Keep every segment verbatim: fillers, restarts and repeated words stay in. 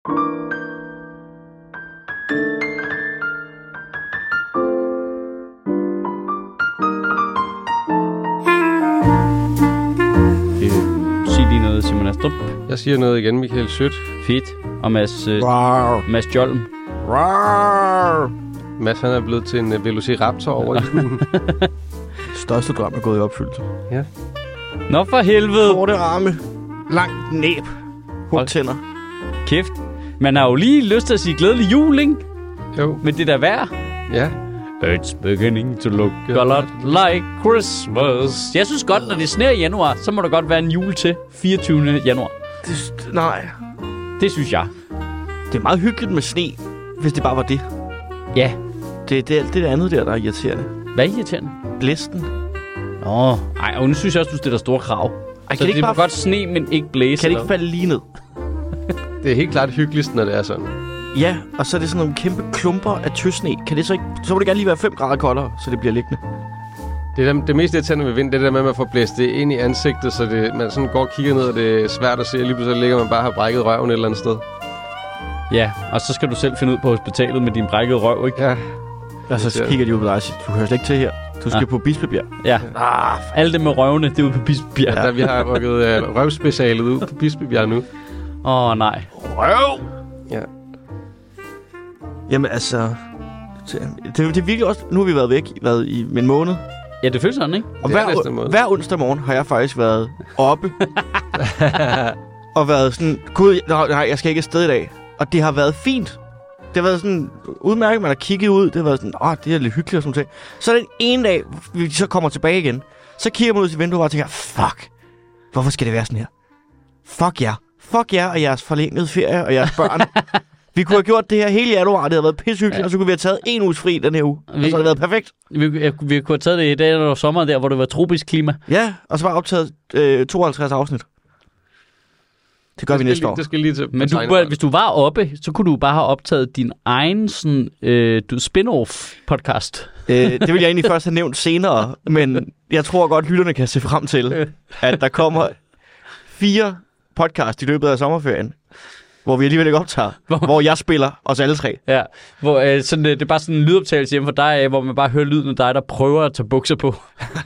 Simon Astrup. Jeg siger noget igen, Michael Sødt. Fedt. Og Mads, øh, Mads Jolm. Mads, han er blevet til en uh, velociraptor over i julen. Største drøm er gået i opfyldelse. Ja. Nå for helvede. Korte arme. Langt næb. Hugtænder. Kæft. Man har jo lige lyst til at sige glædelig jul, ikke? Jo. Men det der vejr. Ja. It's beginning to look a lot like Christmas. Jeg synes godt, når det sner i januar, så må der godt være en jul til fireogtyvende januar. Det, nej. Det synes jeg. Det er meget hyggeligt med sne, hvis det bare var det. Ja. Det, det er alt det andet der, der er irriterende. Hvad er irriterende? Blæsten. Nå, ej, og nu synes jeg også, du stiller store krav. Ej, så det, det må godt sne, men ikke blæse. Kan det ikke falde lige ned? Det er helt klart hyggeligst, når det er sådan. Ja, og så er det sådan nogle kæmpe klumper af tøsne. Kan det så ikke... Så må det gerne lige være fem grader koldere, så det bliver liggende. Det, der, det mest irriterende ved vind, det er der med, at man får blæst det ind i ansigtet, så det, man sådan går og kigger ned, og det er svært at se, og lige pludselig ligger man bare og har brækket røven et eller andet sted. Ja, og så skal du selv finde ud på hospitalet med din brækkede røv, ikke? Ja. Og så kigger de ud på dig og siger, du hører slet ikke til her. Du skal ja. på Bispebjerg. Ja. Ah, alt det med røvene, det er ude på Bispebjerg. Ja, der, vi har rykket uh, røvspecialet ud på Bispebjerg nu. Åh, oh, nej. Røv! Ja. Jamen altså... Det, det er virkelig også... Nu har vi været væk været i en måned. Ja, det føles sådan, ikke? Og hver, hver onsdag morgen har jeg faktisk været oppe. og været sådan... Gud, nej, jeg skal ikke afsted i dag. Og det har været fint. Det har været sådan udmærket, man har kigget ud. Det har været sådan, åh, det er lidt hyggeligt og sådan noget. Så den ene dag, vi så kommer tilbage igen, så kigger man ud til vinduet og tænker, fuck, hvorfor skal det være sådan her? Fuck jer. Fuck jer og jeres forlængede ferie og jeres børn. Vi kunne have gjort det her hele januar, det havde været pissehyggeligt, ja. Og så kunne vi have taget en uges fri den her uge. Vi, og så havde det været perfekt. Vi, vi, vi kunne have taget det i dag, når det var sommer der, hvor det var tropisk klima. Ja, og så var optaget øh, tooghalvtreds afsnit. Det gør det vi næste lige, år. Det skal lige til. Men du, hvis du var oppe, så kunne du bare have optaget din egen sådan, øh, spin-off podcast. øh, det vil jeg egentlig først have nævnt senere, men jeg tror godt, lytterne kan se frem til, at der kommer fire podcast i løbet af sommerferien, hvor vi alligevel ikke optager, hvor, hvor jeg spiller os alle tre. Ja, hvor øh, sådan, øh, det er bare sådan en lydoptagelse hjemme for dig, hvor man bare hører lyden af dig, der prøver at tage bukser på.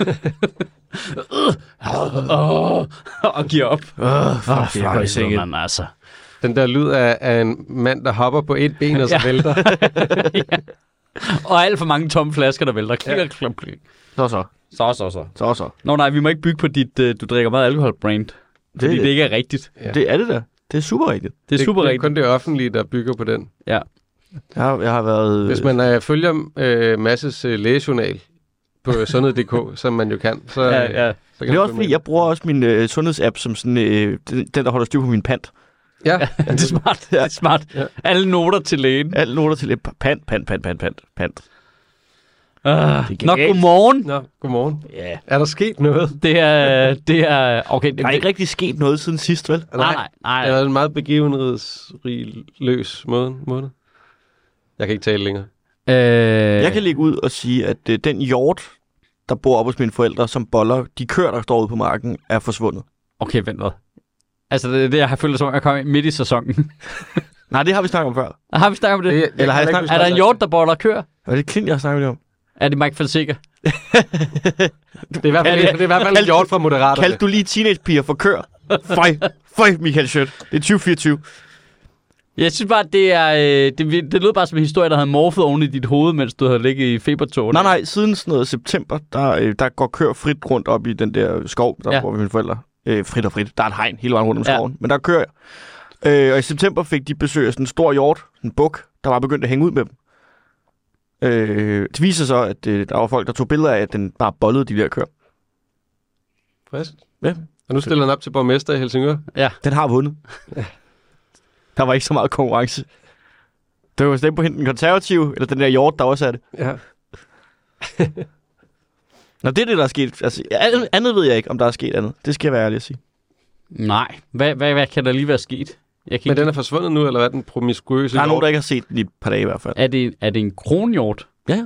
og giver op. Åh, fuck, fuck, fuck det er man, altså. Den der lyd af, af en mand, der hopper på et ben og så ja. vælter. ja. Og alt for mange tomme flasker, der vælter. Klik, ja. klik, klik. Så så. Så så så. Så så. Nå nej, vi må ikke bygge på dit, uh, du drikker meget alkohol-brand. Fordi det, det ikke er rigtigt. Ja. Det er det da. Det er super rigtigt. Det er super det, rigtigt. Det er kun det offentlige, der bygger på den. Ja. Jeg har, jeg har været... Hvis man uh, følger uh, Masses uh, lægejournal på sundhed punktum d k, som man jo kan, så... Ja, ja. så kan det er også fordi, jeg bruger også min uh, sundhedsapp som sådan, uh, den, den, der holder styr på min pant. Ja, ja det er smart. Ja. Det er smart. Ja. Alle noter til lægen. Alle noter til lægen. Pant, pant, pant, pant, pant, pant. Uh, Nå, godmorgen. Nå, godmorgen. Yeah. Er der sket noget? Det er... Det er okay, der er det, ikke rigtig sket noget siden sidst, vel? Nej, nej, nej. Det er en meget begivenhedsrig løs måde. måde. Jeg kan ikke tale længere. Øh... Jeg kan ligge ud og sige, at uh, den hjort, der bor oppe hos mine forældre, som boller, de køer, der står ude på marken, er forsvundet. Okay, vent hvad? Altså, det er det, jeg har følt, som jeg kom midt i sæsonen. Nej, det har vi snakket om før. Har vi snakket om det? det Eller har jeg snakket, er der en hjort, der boller køer? Er det Klint, jeg har snakket om? Er det Mike Fonseca? det er i hvert fald, det, det er i hvert fald en hjort fra Moderaterne. Kaldte du lige teenagepiger for køer? Føj, føj, Michael Schødt. Det er tyve fireogtyve. Jeg synes bare, det er det, det lød bare som en historie, der havde morfet oven i dit hoved, mens du havde ligget i febertoget. Nej, nej, siden sådan noget september, der, der går køer frit rundt op i den der skov, der ja. bor ved mine forældre. Øh, frit og frit. Der er et hegn hele vejen rundt om skoven. Ja. Men der kører øh, og i september fik de besøg af sådan en stor hjort, en buk, der var begyndt at hænge ud med dem. Øh, det viser så, at øh, der var folk, der tog billeder af, at den bare bollede de der køer. Frisk. Ja. Og nu stiller den op til borgmester i Helsingør. Ja. Den har vundet. Ja. Der var ikke så meget konkurrence. Det var stemme på hende den konservative, eller den der hjort, der også er det. Ja. Nå, det er det, der er sket. Altså, andet ved jeg ikke, om der er sket andet. Det skal jeg være ærlig at sige. Nej. Hvad, hvad, hvad kan der lige være sket? Jeg kan Men ikke... den er forsvundet nu, eller hvad er den promiskuøse? Der er nogen, der ikke har set den i et par dage i hvert fald. Er det, er det en kronhjort? Ja.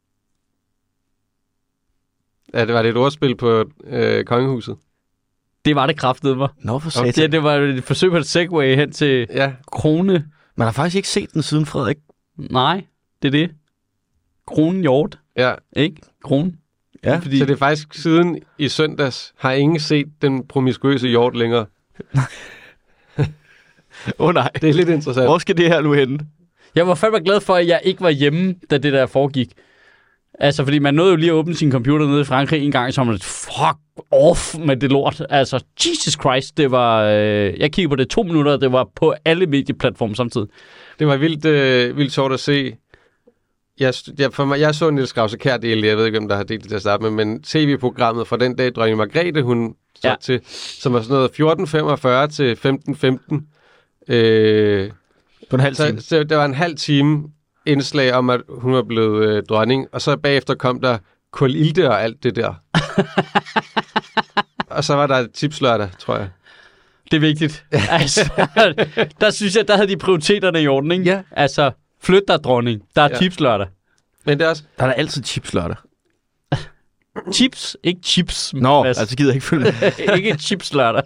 Ja, det var det et ordspil på øh, kongehuset. Det var det kraftede mig. Nå, for satan. Okay, det var et forsøg på et segway hen til ja. krone. Man har faktisk ikke set den siden Frederik. Nej, det er det. Kronen hjort, Ja. ikke? Kronen. Ja. Fordi... Så det er faktisk siden i søndags, har ingen set den promiskuøse hjort længere. Åh oh, nej. Det er lidt interessant. Hvor skal det her nu henne? Jeg var fandme glad for, at jeg ikke var hjemme, da det der foregik. Altså, fordi man nåede jo lige at åbne sin computer nede i Frankrig en gang, så man fuck off med det lort. Altså, Jesus Christ, det var... Øh, jeg kiggede på det to minutter, og det var på alle medieplatforme samtidig. Det var vildt, øh, vildt sjovt at se. Jeg, jeg, for mig, jeg så Niels Krause-Kjær del, jeg ved ikke, om der har delt det til at starte med, men tv-programmet fra den dag, dronning Margrethe, hun så ja. til, som var sådan noget fjorten femogfyrre til femten femten. Øh, på en halv time. Så, så der var en halv time indslag om, at hun var blevet øh, dronning, og så bagefter kom der Kulilde og alt det der. Og så var der tipslørdag, tror jeg. Det er vigtigt. Altså, der synes jeg, der havde de prioriteterne i orden, ikke? Ja. Altså, flyt dig, dronning. Der er ja. tipslørdag. Men det er også... Der er der altid chips lørdag. Chips, ikke chips. Nå, Mads. Altså gider jeg ikke følge. Ikke chips lørdag.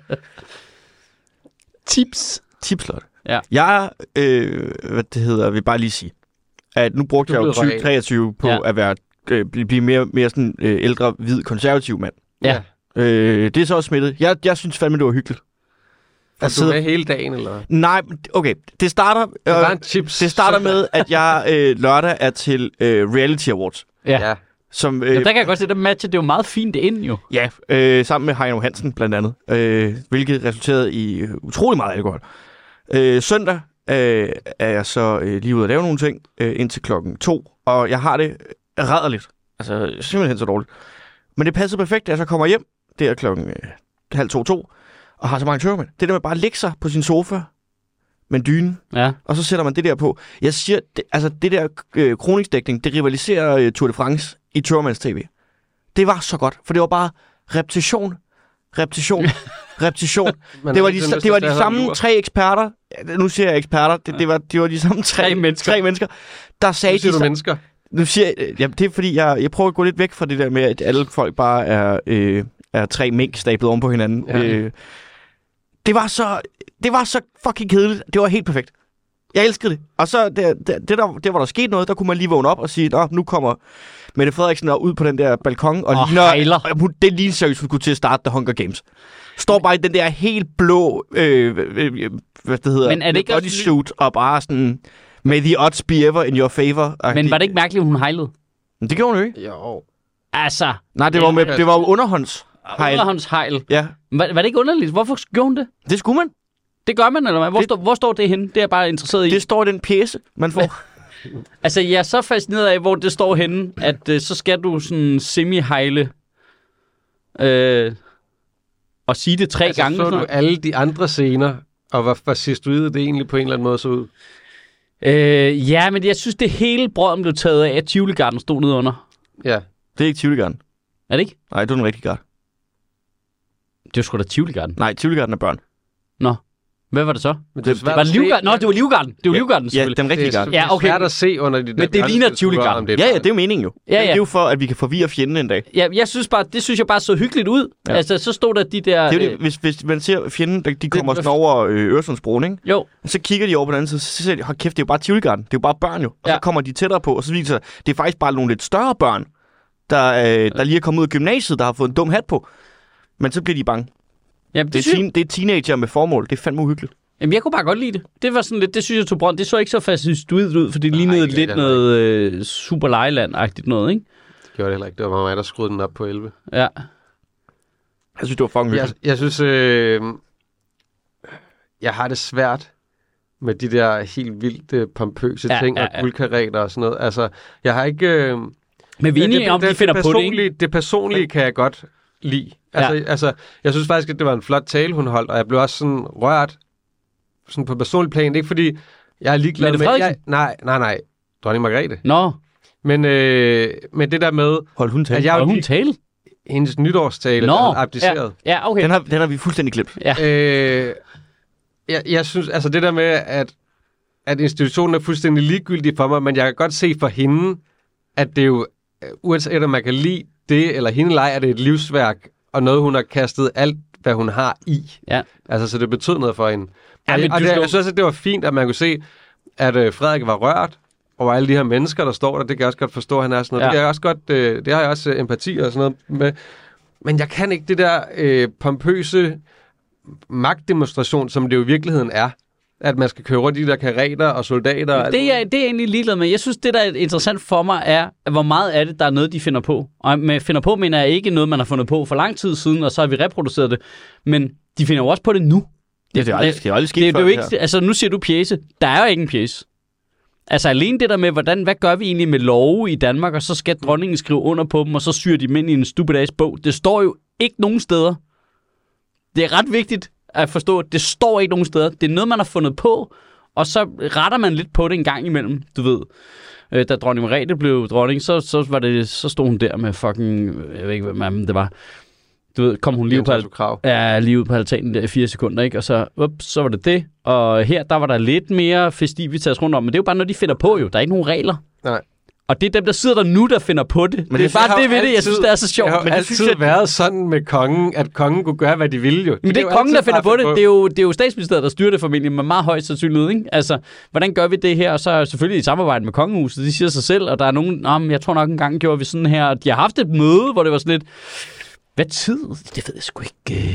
Tips. Tips lørdag. Ja. Jeg, øh, hvad det hedder, vil bare lige sige, at nu brugte jeg jo tyve treogtyve på ja. at være, øh, blive mere, mere sådan øh, ældre, hvid, konservativ mand. Ja. Øh, det er så også smittet. Jeg, jeg synes fandme, det var hyggeligt. Var du med hele dagen, eller? Nej, okay. Det starter, øh, det var en chips. Det starter med, at jeg øh, lørdag er til øh, Reality Awards. Ja. ja. Som, øh, ja, der kan jeg godt se, at det matcher, det er jo meget fint ind, jo. Ja, øh, sammen med Heino Hansen blandt andet, øh, hvilket resulterede i øh, utrolig meget alkohol. Øh, søndag øh, er jeg så øh, lige ude at lave nogle ting øh, indtil klokken to, og jeg har det rædderligt. Altså simpelthen så dårligt. Men det passer perfekt, at jeg så kommer hjem, det er klokken øh, halv to, to, og har så mange tører med. Det der med bare at lægge sig på sin sofa med en dyne, ja. og så sætter man det der på. Jeg siger, det, altså det der øh, kroningsdækning, det rivaliserer øh, Tour de France i Tørmands T V. Det var så godt, for det var bare repetition, repetition, repetition. Det var de, det var de samme tre eksperter, nu siger jeg eksperter, det, det, var, det var de samme tre, tre, mennesker. tre mennesker, der sagde... Nu siger de, du mennesker. Nu siger jeg, ja, det er fordi, jeg, jeg prøver at gå lidt væk fra det der med, at alle folk bare er, øh, er tre mink stablet oven på hinanden. Ja. Øh, det var så, det var så fucking kedeligt. Det var helt perfekt. Jeg elskede det. Og så, det, det, det der, det var der sket noget, der kunne man lige vågne op og sige, nå, nu kommer Mette Frederiksen ud på den der balkon, og oh, ligner, og det ligner seriøst, hun skulle til at starte The Hunger Games. Står bare i den der helt blå, øh, øh, hvad det hedder, men er det ikke bodysuit, og bare sådan, may the odds be ever in your favor. Men var det ikke mærkeligt, at hun hejlede? Men det gjorde hun jo ikke. Jo. Altså. Nej, det var, med, det var underhånds. Underhåndshejl. Ja. Var, var det ikke underligt? Hvorfor gjorde hun det? Det skulle man. Det gør man, eller hvad? Hvor, det, står, hvor står det henne? Det er jeg bare interesseret i. Det står i den pjece, man får. Altså, jeg er så fascineret af, hvor det står henne, at øh, så skal du sådan semi-hejle øh, og sige det tre altså, gange. Så du alle de andre scener, og hvor fascistoidet det egentlig på en eller anden måde så ud? Øh, ja, men jeg synes, det hele brøden blev taget af, at Tivoli Garden stod nede under. Ja. Det er ikke Tivoli Garden. Er det ikke? Nej, det er den rigtige garden. Det var sgu da Tivoli Garden. Nej, Tivoli Garden er børn. Nå. Hvad var det så? Men det, det var Livgarden. Nå, det var Livgarden. Det var ja, Livgarden, selvfølgelig. Ja, den rigtige garden. Ja, okay. Det er svært at se under de der. Men det ligner Tivoli Garden. Ja, ja, det er jo meningen jo. Ja, ja. Det er jo for, at vi kan forvirre fjenden en dag. Ja, jeg synes bare, det synes jeg bare så hyggeligt ud. Ja. Altså, så stod der de der... Det er jo det, hvis, hvis man ser fjenden, de kommer det, sådan over øh, Øresundsbroen, ikke? Jo. Så kigger de over på den anden side, så ser de, hold kæft, det er jo bare Tivoli Garden. Det er jo bare børn jo. Og ja. Så kommer de tættere på, og så viser det sig, det er faktisk bare nogle lidt større børn, der, øh, der lige er kommet ud af gymnasiet, der har fået en dum hat på. Men så bliver de bange. Jamen, det, det, er synes... teen, det er teenager med formål. Det er fandme uhyggeligt. Jamen, jeg kunne bare godt lide det. Det var sådan lidt, det synes jeg tog brønd. Det så ikke så fascistoidt ud, for det lignede Nej, lidt noget øh, super lejeland-agtigt noget, ikke? Det gjorde det heller ikke. Det var mig, der skruede den op på elleve. Ja. Jeg synes, det var fucking hyggeligt. Jeg, jeg synes, øh, jeg har det svært med de der helt vildt pompøse ja, ting, ja, ja. og guldkareter og sådan noget. Altså, jeg har ikke... Øh, Men vi er enige om, de finder på det, ikke? Det personlige kan jeg godt lide. Altså, ja. altså, jeg synes faktisk, at det var en flot tale, hun holdt, og jeg blev også sådan rørt sådan på personlig plan. Det er ikke fordi, jeg er ligeglad Mette med... Frederiksen? Jeg, nej, nej, nej. Dronning Margrethe. Nå. Men, øh, men det der med... Hold hun tale? Hold hun tale? Hendes nytårstale, Nå. der er abdiceret. Ja, ja okay. Den har, den har vi fuldstændig glemt. Ja. Øh, jeg, jeg synes, altså det der med, at, at institutionen er fuldstændig ligegyldig for mig, men jeg kan godt se for hende, at det er jo, uanset om man kan lide det, eller hende leger, det er et livsværk, og noget, hun har kastet alt, hvad hun har i. Ja. Altså, så det betød noget for hende. Ja, og men og det, slår... jeg synes også, at det var fint, at man kunne se, at øh, Frederik var rørt over alle de her mennesker, der står der. Det kan jeg også godt forstå, at han er sådan noget. Ja. Det, kan jeg også godt, øh, det har jeg også øh, empati og sådan noget med. Men jeg kan ikke det der øh, pompøse magtdemonstration, som det jo i virkeligheden er. At man skal køre rundt i de der karetter og soldater. Det er, det er egentlig ligeglad med. Jeg synes, det der er interessant for mig er, hvor meget af det, der er noget, de finder på. Og med finder på, mener jeg ikke noget, man har fundet på for lang tid siden, og så har vi reproduceret det. Men de finder jo også på det nu. Ja, det er aldrig, det er aldrig sket det, før, det er jo det ikke, altså, nu siger du pjæse. Der er jo ikke en pjæse. Altså alene det der med, hvordan, hvad gør vi egentlig med love i Danmark, og så skal dronningen skrive under på dem, og så syr de dem ind i en stupidags bog. Det står jo ikke nogen steder. Det er ret vigtigt at forstå, at det står ikke nogen steder. Det er noget, man har fundet på, og så retter man lidt på det en gang imellem, du ved. Øh, da dronning Margrethe blev dronning, så, så, var det, så stod hun der med fucking, jeg ved ikke, hvem det var. Du ved, kom hun lige ud på, al- ja, lige ud på altanen der i fire sekunder, ikke? Og så, up, så var det det. Og her, der var der lidt mere festivitas rundt om, men det er jo bare noget, de finder på jo. Der er ikke nogen regler. Nej. Og det er dem, der sidder der nu, der finder på det. Men det, det er bare det ved altid, det, jeg synes, det er så sjovt. Det har men det altid synes, jeg... været sådan med kongen, at kongen kunne gøre, hvad de ville jo. Men det, det er kongen, der finder på det. På. Det, er jo, det er jo statsministeriet, der styrer det formentlig med meget højt sandsynlighed, ikke? Altså, hvordan gør vi det her? Og så er selvfølgelig i samarbejde med kongehuset, de siger sig selv, og der er nogen, nah, jeg tror nok engang gjorde vi sådan her. De har haft et møde, hvor det var sådan lidt, hvad tid? Det ved jeg sgu ikke.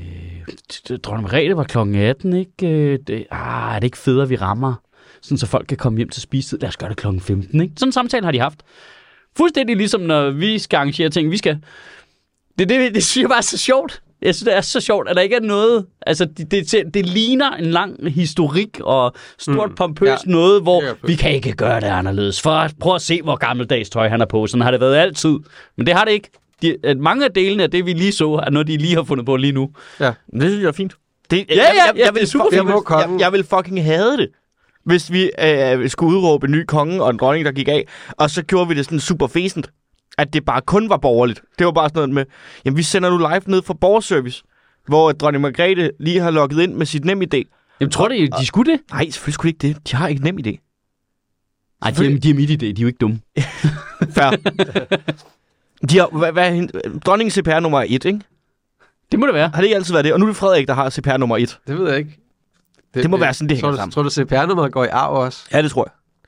Øh, Dronning Margrethe var klokken atten, ikke? Øh, det, ah, er det ikke federe, vi rammer? Sådan så folk kan komme hjem til spisetid. Lad os gøre det klokken femten, ikke? Sådan en samtale har de haft. Fuldstændig ligesom, når vi skal arrangere ting, vi skal. Det, det, det synes jeg bare er så sjovt. Jeg synes, det er så sjovt, at der ikke er noget... Altså, det, det, det ligner en lang historik og stort mm. pompøst ja. noget, hvor vi kan ikke gøre det anderledes. For prøv at se, hvor gammeldags tøj han er på. Sådan har det været altid. Men det har det ikke. De, mange af delene af det, vi lige så, er noget, de lige har fundet på lige nu. Ja, det synes jeg er fint. Det, ja, ja, jeg, jeg, ja, jeg, det er super fint. Jeg, jeg, jeg vil fucking hade det. Hvis vi øh, skulle udråbe en ny konge og en dronning, der gik af, og så gjorde vi det sådan super fæsent, at det bare kun var borgerligt. Det var bare sådan noget med, jamen vi sender nu live ned fra borgerservice, hvor dronning Margrethe lige har logget ind med sit NemID. Jamen tror du, de skulle det? Nej, selvfølgelig skulle de ikke det. De har ikke NemID. Nej, de, de har MitID, de er jo ikke dumme. Fair. De har, hvad, hvad, dronningens C P R nummer et, ikke? Det må det være. Har det ikke altid været det? Og nu er det Frederik, der har C P R nummer et. Det ved jeg ikke. Det, det må det, være sådan, det hænger tror, sammen. Tror du, C P R-nummeret går i arv også? Ja, det tror jeg.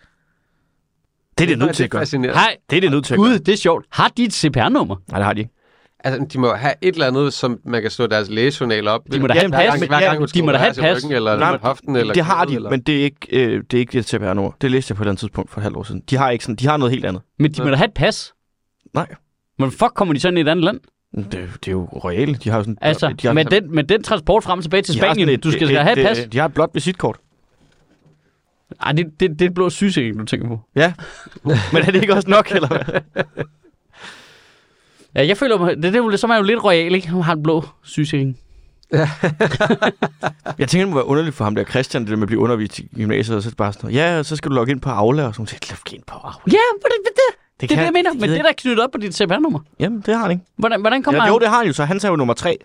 Det er det, det nødt til at gøre. Hej, det er det nødt til at gøre. Gud, det er sjovt. Har de et C P R-nummer? Nej, det har de ikke. Altså, de må have et eller andet, som man kan slå deres lægejournal op. De må da have et pas. Hver gang, ja, de må da have et pas. Ryggen, eller Nej, hoften, eller det har de, eller... men det er ikke, øh, det er ikke et C P R-nummer. Det læste jeg på et eller andet tidspunkt for et halvt år siden. De har ikke sådan, de har noget helt andet. Men de må da have et pas. Nej. Men fuck kommer de sådan i et andet land? Det, det er jo royale. De har sådan... Altså, de har, med, den, med den transport frem og tilbage til de Spanien, et, du skal, et, skal have et pas. Et, de har et blåt visitkort. Ej, det, det, det er et blå sygesikring, du tænker på. Ja, men er det ikke også nok, eller hvad? Ja, jeg føler, det, det, det, så er man jo lidt royal, ikke? Han har en blå sygesikring. Ja. Jeg tænker, det må være underligt for ham der Christian, det der med at blive undervist i gymnasiet, og så er det bare sådan, ja, så skal du logge ind på Aula, og så siger log ind på Aula. Ja, det, det, det, det, det er det, jeg mener, det, men det der er knyttet op på dit C P R-nummer. Jamen, det har han ikke. Hvordan, hvordan kommer ja, han? Jo, det har han jo, så han tager jo nummer tre.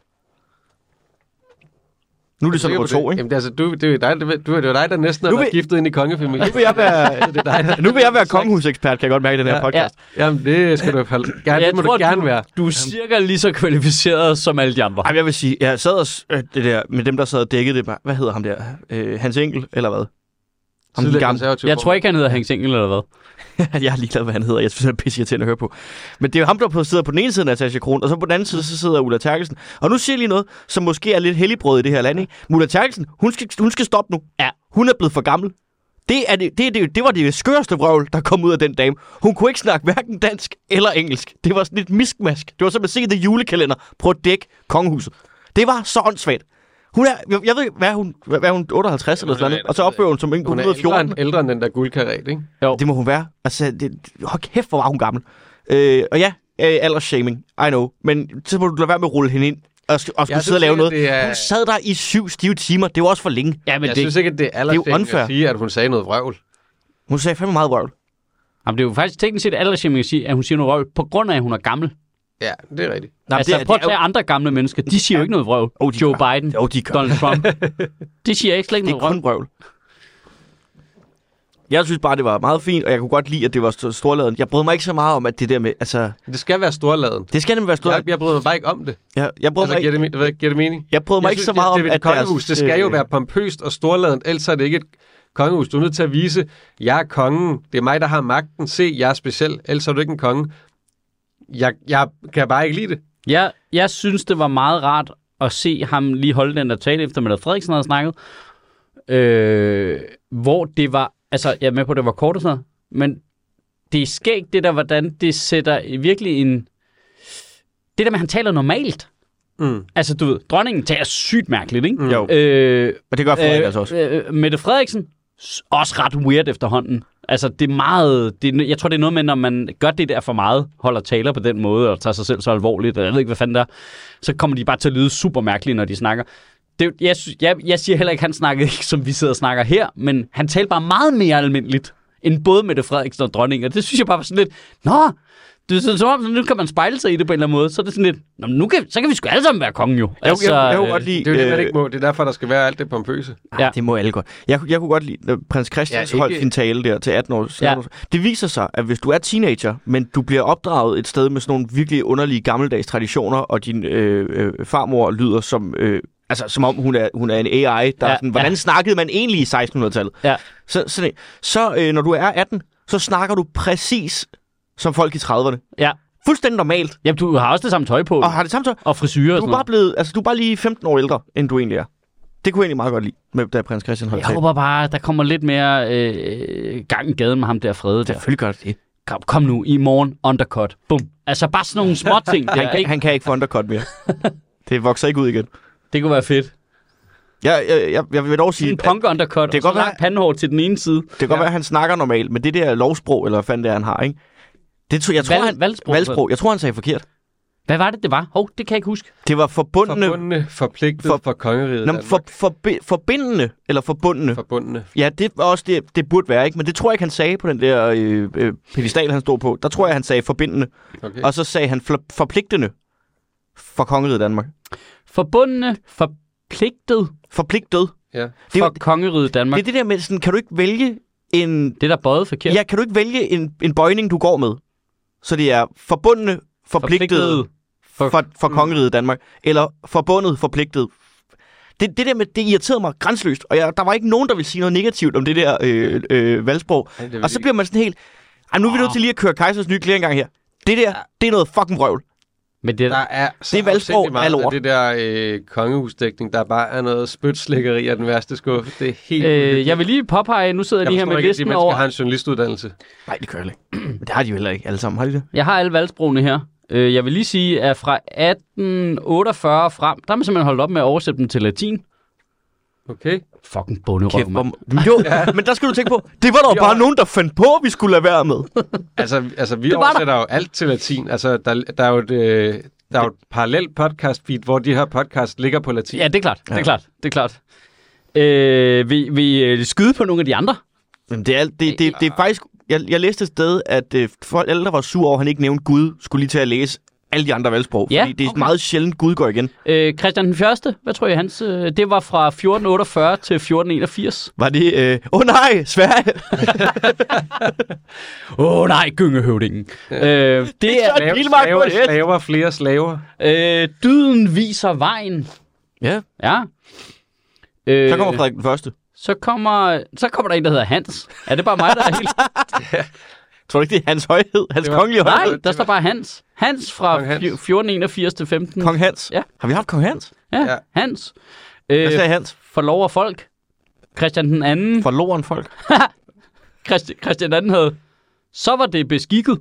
Nu er det så nummer to, ikke? Jamen, det, altså, du, det er jo dig, det, du, det er dig, der næsten er vil, giftet ind i kongefamilien. Nu vil jeg være, det er dig, der, nu vil jeg være kongehusekspert, kan jeg godt mærke i den her ja, podcast. Ja. Jamen, det skal du gerne, ja, det må tror, du gerne du, være. Du er cirka lige så kvalificeret som alle de andre. Jamen, jeg vil sige, jeg sad og, øh, det der, med dem, der sad og dækkede det, hvad hedder ham der? Øh, Hans Engel, eller hvad? Ham den gamle. Jeg tror ikke, han hedder Hans Engel, eller hvad? Jeg har ligeglad, hvad han hedder. Jeg synes, han er pisse irriterende at høre på. Men det er jo ham, der sidder på den ene side af Natasha Kron, og så på den anden side, så sidder Ulla Terkelsen. Og nu siger jeg lige noget, som måske er lidt helligbrød i det her land, ikke? Ulla Terkelsen, hun skal, hun skal stoppe nu. Ja. Hun er blevet for gammel. Det, er det, det, det, det var det skørste vrøvl, der kom ud af den dame. Hun kunne ikke snakke hverken dansk eller engelsk. Det var sådan et miskmask. Det var som at se The Julekalender på dæk kongehuset. Det var så åndssvagt. Hun er, jeg, jeg ved ikke, hvad er hun, hvad er hun otteoghalvtreds eller sådan noget, og så opfører hun som en hun er ældre end, ældre end den der guldkaret, ikke? Jo. Det må hun være. Altså, det, hold kæft, hvor var hun gammel. Øh, og ja, øh, aldersshaming, I know. Men så må du lade være med at rulle hende ind og, og skulle sidde og lave noget. Er... Hun sad der i syv stive timer. Det var også for længe. Ja, men jeg det, synes ikke, at det er aldersshaming at sige, at hun sagde noget vrøvl. Hun sagde fandme meget vrøvl. Jamen, det er jo faktisk teknisk set aldersshaming at sige, at hun siger noget vrøvl, på grund af, at hun er gammel. Ja, det er rigtigt. Nå, altså, det er, prøv at tage andre gamle mennesker. De siger jo ikke noget vrøvl. Oh, Joe gør. Biden, oh, de Donald Trump. De siger ikke slet ikke noget vrøvl. Det er kun vrøvl. Jeg synes bare, det var meget fint, og jeg kunne godt lide, at det var storladen. Jeg brød mig ikke så meget om, at det der med... Altså, det skal være storladen. Det skal nemlig være storladen. Jeg, jeg brød mig bare ikke om det. Jeg, jeg brød altså, mig giver, det, det, giver det mening? Jeg brød mig jeg ikke synes, så meget det, om, det, at deres... Det skal jo være pompøst og storladen, ellers er det ikke et kongehus. Du er nødt til at vise, jeg er kongen, det er mig, der har magten. Se, jeg er speciel, ellers er du ikke en konge. Jeg, jeg kan bare ikke lide det. Jeg, jeg synes, det var meget rart at se ham lige holde den der tale, efter Mette Frederiksen havde snakket. Øh, hvor det var, altså jeg er med på, at det var kort og sådan noget, men det er skægt, det der, hvordan det sætter virkelig en... Det der med, at han taler normalt. Mm. Altså, du ved, dronningen taler sygt mærkeligt, ikke? Mm. Jo. Øh, Og det gør Frederik øh, altså også. Øh, Mette Frederiksen, også ret weird efterhånden. Altså, det er meget... Det er, jeg tror, det er noget med, når man gør det der for meget, holder taler på den måde, og tager sig selv så alvorligt, og jeg ved ikke, hvad fanden der er, så kommer de bare til at lyde super mærkeligt, når de snakker. Det, jeg, jeg, jeg siger heller ikke, at han snakkede ikke, som vi sidder og snakker her, men han talte bare meget mere almindeligt, end både Mette Frederiksen og dronningen. Og det synes jeg bare var sådan lidt, nå, det er sådan, som om, nu kan man spejle sig i det på en eller anden måde. Så er det sådan lidt, nå, nu kan, så kan vi sgu alle sammen være kongen jo. Altså, jeg, jeg, jeg kunne godt Det lide... er jo det, man øh, ikke må. Det er derfor, der skal være alt det pompøse. Ja, Ja. det må alle godt. Jeg, jeg kunne godt lide, når prins Christian Ja, ja, ikke- holdt sin tale der til atten år. Ja. Det viser sig, at hvis du er teenager, men du bliver opdraget et sted med sådan nogle virkelig underlige gammeldags traditioner, og din øh, øh, farmor lyder som... Øh, altså, som om hun er, hun er en A I, der Ja, er sådan, hvordan ja. snakkede man egentlig i sekstenhundredetallet? Ja. Så, så, så øh, når du er atten, så snakker du præcis som folk i trediverne. Ja. Fuldstændig normalt. Jamen, du har også det samme tøj på. Og har det samme tøj. Og frisyrer og Du sådan er bare noget. blevet, altså du er bare lige femten år ældre, end du egentlig er. Det kunne jeg egentlig meget godt lide, med, da prins Christian holdt Jeg tale. håber bare, der kommer lidt mere øh, gang i gaden med ham der Frede der. Selvfølgelig gør det det. Kom, kom nu, i morgen, undercut. Bum. Altså bare sådan nogle små ting der, Han, kan, ikke? han kan ikke få undercut mere. Det vokser ikke ud igen. Det kunne være fedt. Jeg, jeg, jeg, jeg vil dog sige, En at punk undercut, det og kan så godt være- langt pandehår til den ene side. det kan godt være, at han snakker normalt, men det der lovsprog, eller hvad fanden det er, han har, ikke? Det tror, jeg tror, Val- han, valgsprog. valgsprog. Jeg tror, han sagde forkert. Hvad var det, det var? Hov, det kan jeg ikke huske. Det var forbundne... Forbundne, forpligtet For- for, for kongeriget Nå, men for, forbi, forbindende, eller forbundne. Forbundne. Ja, det er også det, det burde være, ikke? Men det tror jeg ikke, han sagde på den der øh, øh, pedestal, han stod på. Der tror jeg, han sagde forbindende. Okay. Og så sagde han fl- forpligtende for kongeriget Danmark. Forbundne, forpligtet Forpligtet. Ja. Det er for jo- kongeriget Danmark. Det er det der med, sådan, kan du ikke vælge en... Det er der bøjet forkert. Ja, kan du ikke vælge en, en bøjning, du går med? Så det er forbundne, forpligtet for, for, for kongeriget Danmark. Eller forbundet, forpligtet. Det, det der med, det irriterede mig grænseløst. Og jeg, der var ikke nogen, der ville sige noget negativt om det der øh, øh, valgsprog. Ej, det vil Og så ikke. bliver man sådan helt... Ej, nu er vi nødt til lige at køre Kejsers nye klæder en gang her. Det der, det er noget fucking vrøvl. Men det, Der er så Det er valgsprog afsindigt meget af lort. af det der øh, kongehusdækning, der bare er noget spytslikkeri af den værste skuffe. Det er helt øh, jeg vil lige påpege, nu sidder jeg jeg lige her forstår med ikke, at de listen mennesker over... har en journalistuddannelse. Nej, det kører ikke. Men det har de jo heller ikke alle sammen, har de det? Jeg har alle valgsprogene her. Øh, Jeg vil lige sige, at fra atten otteogfyrre frem, der har man simpelthen holdt op med at oversætte dem til latin. Okay. Fucking bunderøv, Kæft, mand. hvor... Jo, ja. Men der skal du tænke på, det var der jo Jo. bare nogen, der fandt på, at vi skulle lade være med. Altså, altså vi Det var der. oversætter jo alt til latin. Altså, der, der er jo et, øh, der er jo et parallelt podcast feed, hvor de her podcast ligger på latin. Ja, det er klart. Det Ja. er klart. Det er klart. Øh, vil, vil I skyde på nogle af de andre? Jamen, det, er, det, det, det, det er faktisk... Jeg, jeg læste et sted, at øh, folk alle, der var sur over, at han ikke nævnte Gud, skulle lige til at læse alle de andre valgsprog. Ja, Fordi det er okay. meget sjældent, Gud går igen. Øh, Christian den Første, hvad tror I hans? Øh, det var fra fjorten otteogfyrre til fjorten enogfirs. Var det... Åh øh, oh, nej, Sverige! Åh oh, nej, gyngehøvdingen. Øh, det er... Slave, Lillemark på slaver, et hest. slaver, flere slaver. Øh, dyden viser vejen. Ja, Ja. Øh, så kommer Frederik den Første. så kommer, så kommer der en, der hedder Hans. Er det bare mig, der er helt... Tror du ikke, det er hans højhed? Hans Det var- kongelige højhed? Nej, der står bare Hans. Hans fra Kong Hans. fj- fjorten enogfirs til femten. Kong Hans. Ja. Har vi haft Kong Hans? Ja, Ja. Hans. Hvad Øh, sagde Hans? forlover folk. Christian den anden. For loren folk. Christi, Christian den anden havde. Så var det beskikket.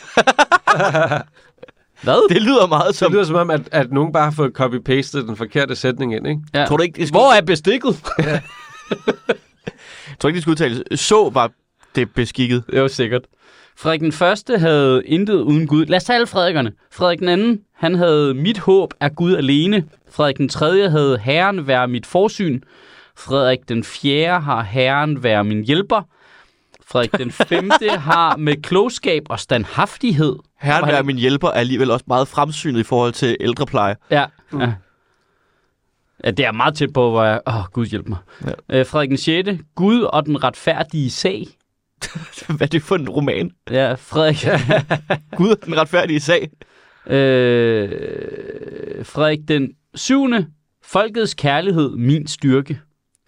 Hvad? Det lyder meget Det som... lyder som om, at, at nogen bare har fået copy-pastet den forkerte sætning ind, ikke? Ja. Tror du ikke, det skulle... Hvor er bestikket? Tror du ikke, det skulle udtales? Så var det beskikket. Det var sikkert. Frederik den Første havde intet uden Gud. Lad os tage alle Frederikkerne. Frederik den Anden, han havde mit håb er Gud alene. Frederik den Tredje havde Herren være mit forsyn. Frederik den Fjerde har Herren være min hjælper. Frederik den Femte har med klogskab og standhaftighed. Herren Og han- være min hjælper er alligevel også meget fremsynet i forhold til ældrepleje. Ja. ja. Ja, det er meget tæt på, hvor jeg... Åh, oh, Gud hjælp mig. Ja. Øh, Frederik den Sjette, Gud og den retfærdige sag. Hvad er det for en roman? Ja, Frederik... Gud og den retfærdige sag. øh, Frederik den Syvende, folkets kærlighed, min styrke.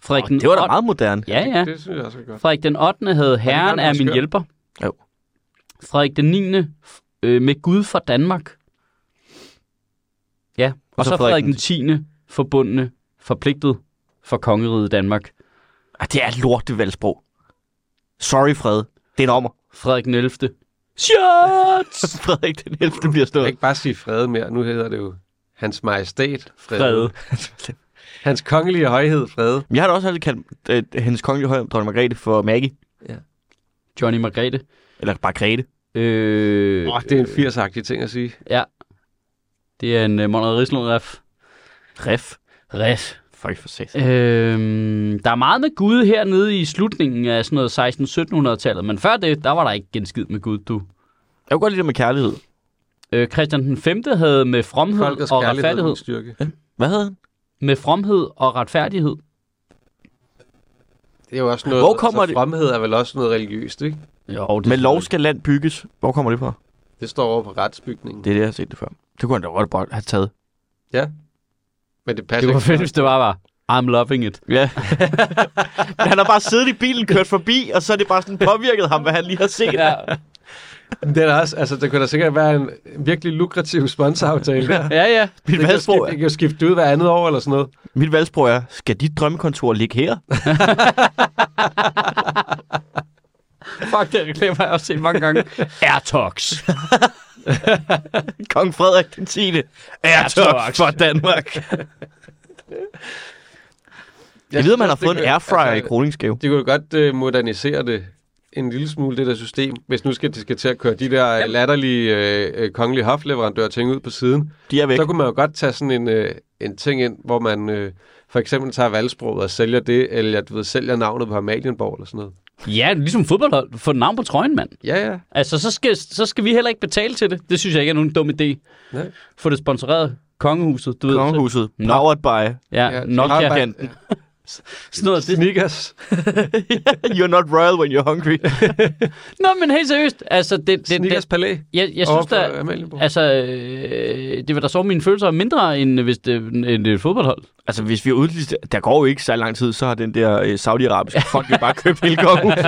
Frederik Oh, den det var da ottende meget moderne. Ja, ja. Det synes jeg også er godt. Frederik den ottende havde Herren er min skør? hjælper. Jo. Frederik den niende øh, med Gud for Danmark. Ja, og, og så, så Frederik den tiende forbundne, forpligtet for kongeriget Danmark. Ah, det er et lortevalgsprog. Sorry, Fred. Det er en ommer. Frederik den ellevte Shots! Frederik den ellevte bliver Jeg stået. kan ikke bare sige fred mere. Nu hedder det jo Hans Majestæt Fred. Frede. Hans kongelige højhed Fred. Jeg har da også altid kaldt øh, hendes kongelige højhed, dronning Margrethe, for Maggie. Johnny Margrethe. Eller bare Grete. Øh, Åh, oh, det er en firs-agtig ting at sige. Ja. Det er en uh, Monrad Rislund-ref. Ref. Ref. Fuck for sæt. Øhm, der er meget med Gud hernede i slutningen af sådan noget seksten sytten hundrede-tallet, men før det, der var der ikke genskid med Gud, du. Jeg kunne godt lide det med kærlighed. Øh, Christian den femte havde med fromhed Folkets og kærlighed retfærdighed. og styrke. Ja. Hvad havde han? Med fromhed og retfærdighed. Det er jo også noget, Hvor kommer altså, det- fromhed er vel også noget religiøst, ikke? Jo, det Med lov skal land bygges. Hvor kommer det fra? Det står over på retsbygningen. Det er det, jeg har set det før. Det kunne han da godt bare have taget. Ja. Men det passer Det var ikke. fedt, hvis det bare var, I'm loving it. Ja. Men han har bare siddet i bilen, kørt forbi, og så er det bare sådan påvirket ham, hvad han lige har set. Ja, Det er der også, altså, der kunne da sikkert være en virkelig lukrativ sponsoraftale. Ja. ja. ja. Mit Det kan, valgsprog, skifte, det kan jo skifte ud hver andet år eller sådan noget. mit valgsprog er, skal dit drømmekontor ligge her? Fuck, det reklame har jeg også set mange gange. Airtox. Kong Frederik den tiende Airtox for Danmark. Jeg ved, om han har fået en airfryer i kroningsgave. De kunne jo godt uh, modernisere det en lille smule, det der system, hvis nu skal de skal til at køre de der Jamen. latterlige øh, kongelige hofleverandører ting ud på siden. De er væk. Så kunne man jo godt tage sådan en, øh, en ting ind, hvor man øh, for eksempel tager valgsproget og sælger det, eller du ved, sælger navnet på Amalienborg eller sådan noget. Ja, ligesom fodboldhold. Få et navn på trøjen, mand. Ja, ja. Altså, så skal, så skal vi heller ikke betale til det. Det synes jeg ikke er nogen dum idé. Nej. Få det sponsoreret. Kongehuset, du ved. Kongehuset. Nå. Powered by. Ja, Ja, Nokia. Powered Sådan noget. Det. Snickers. You're not royal when you're hungry. Nå, men helt seriøst. Altså, det, det, Snickers det, Palæ. jeg, jeg synes, der, Amalienborg. altså, øh, det vil da så mine følelser mindre, end hvis det, end et fodboldhold. Altså, hvis vi er udlist, der går jo ikke så lang tid, så har den der øh, saudiarabiske folk jo bare købt hele kongehuset.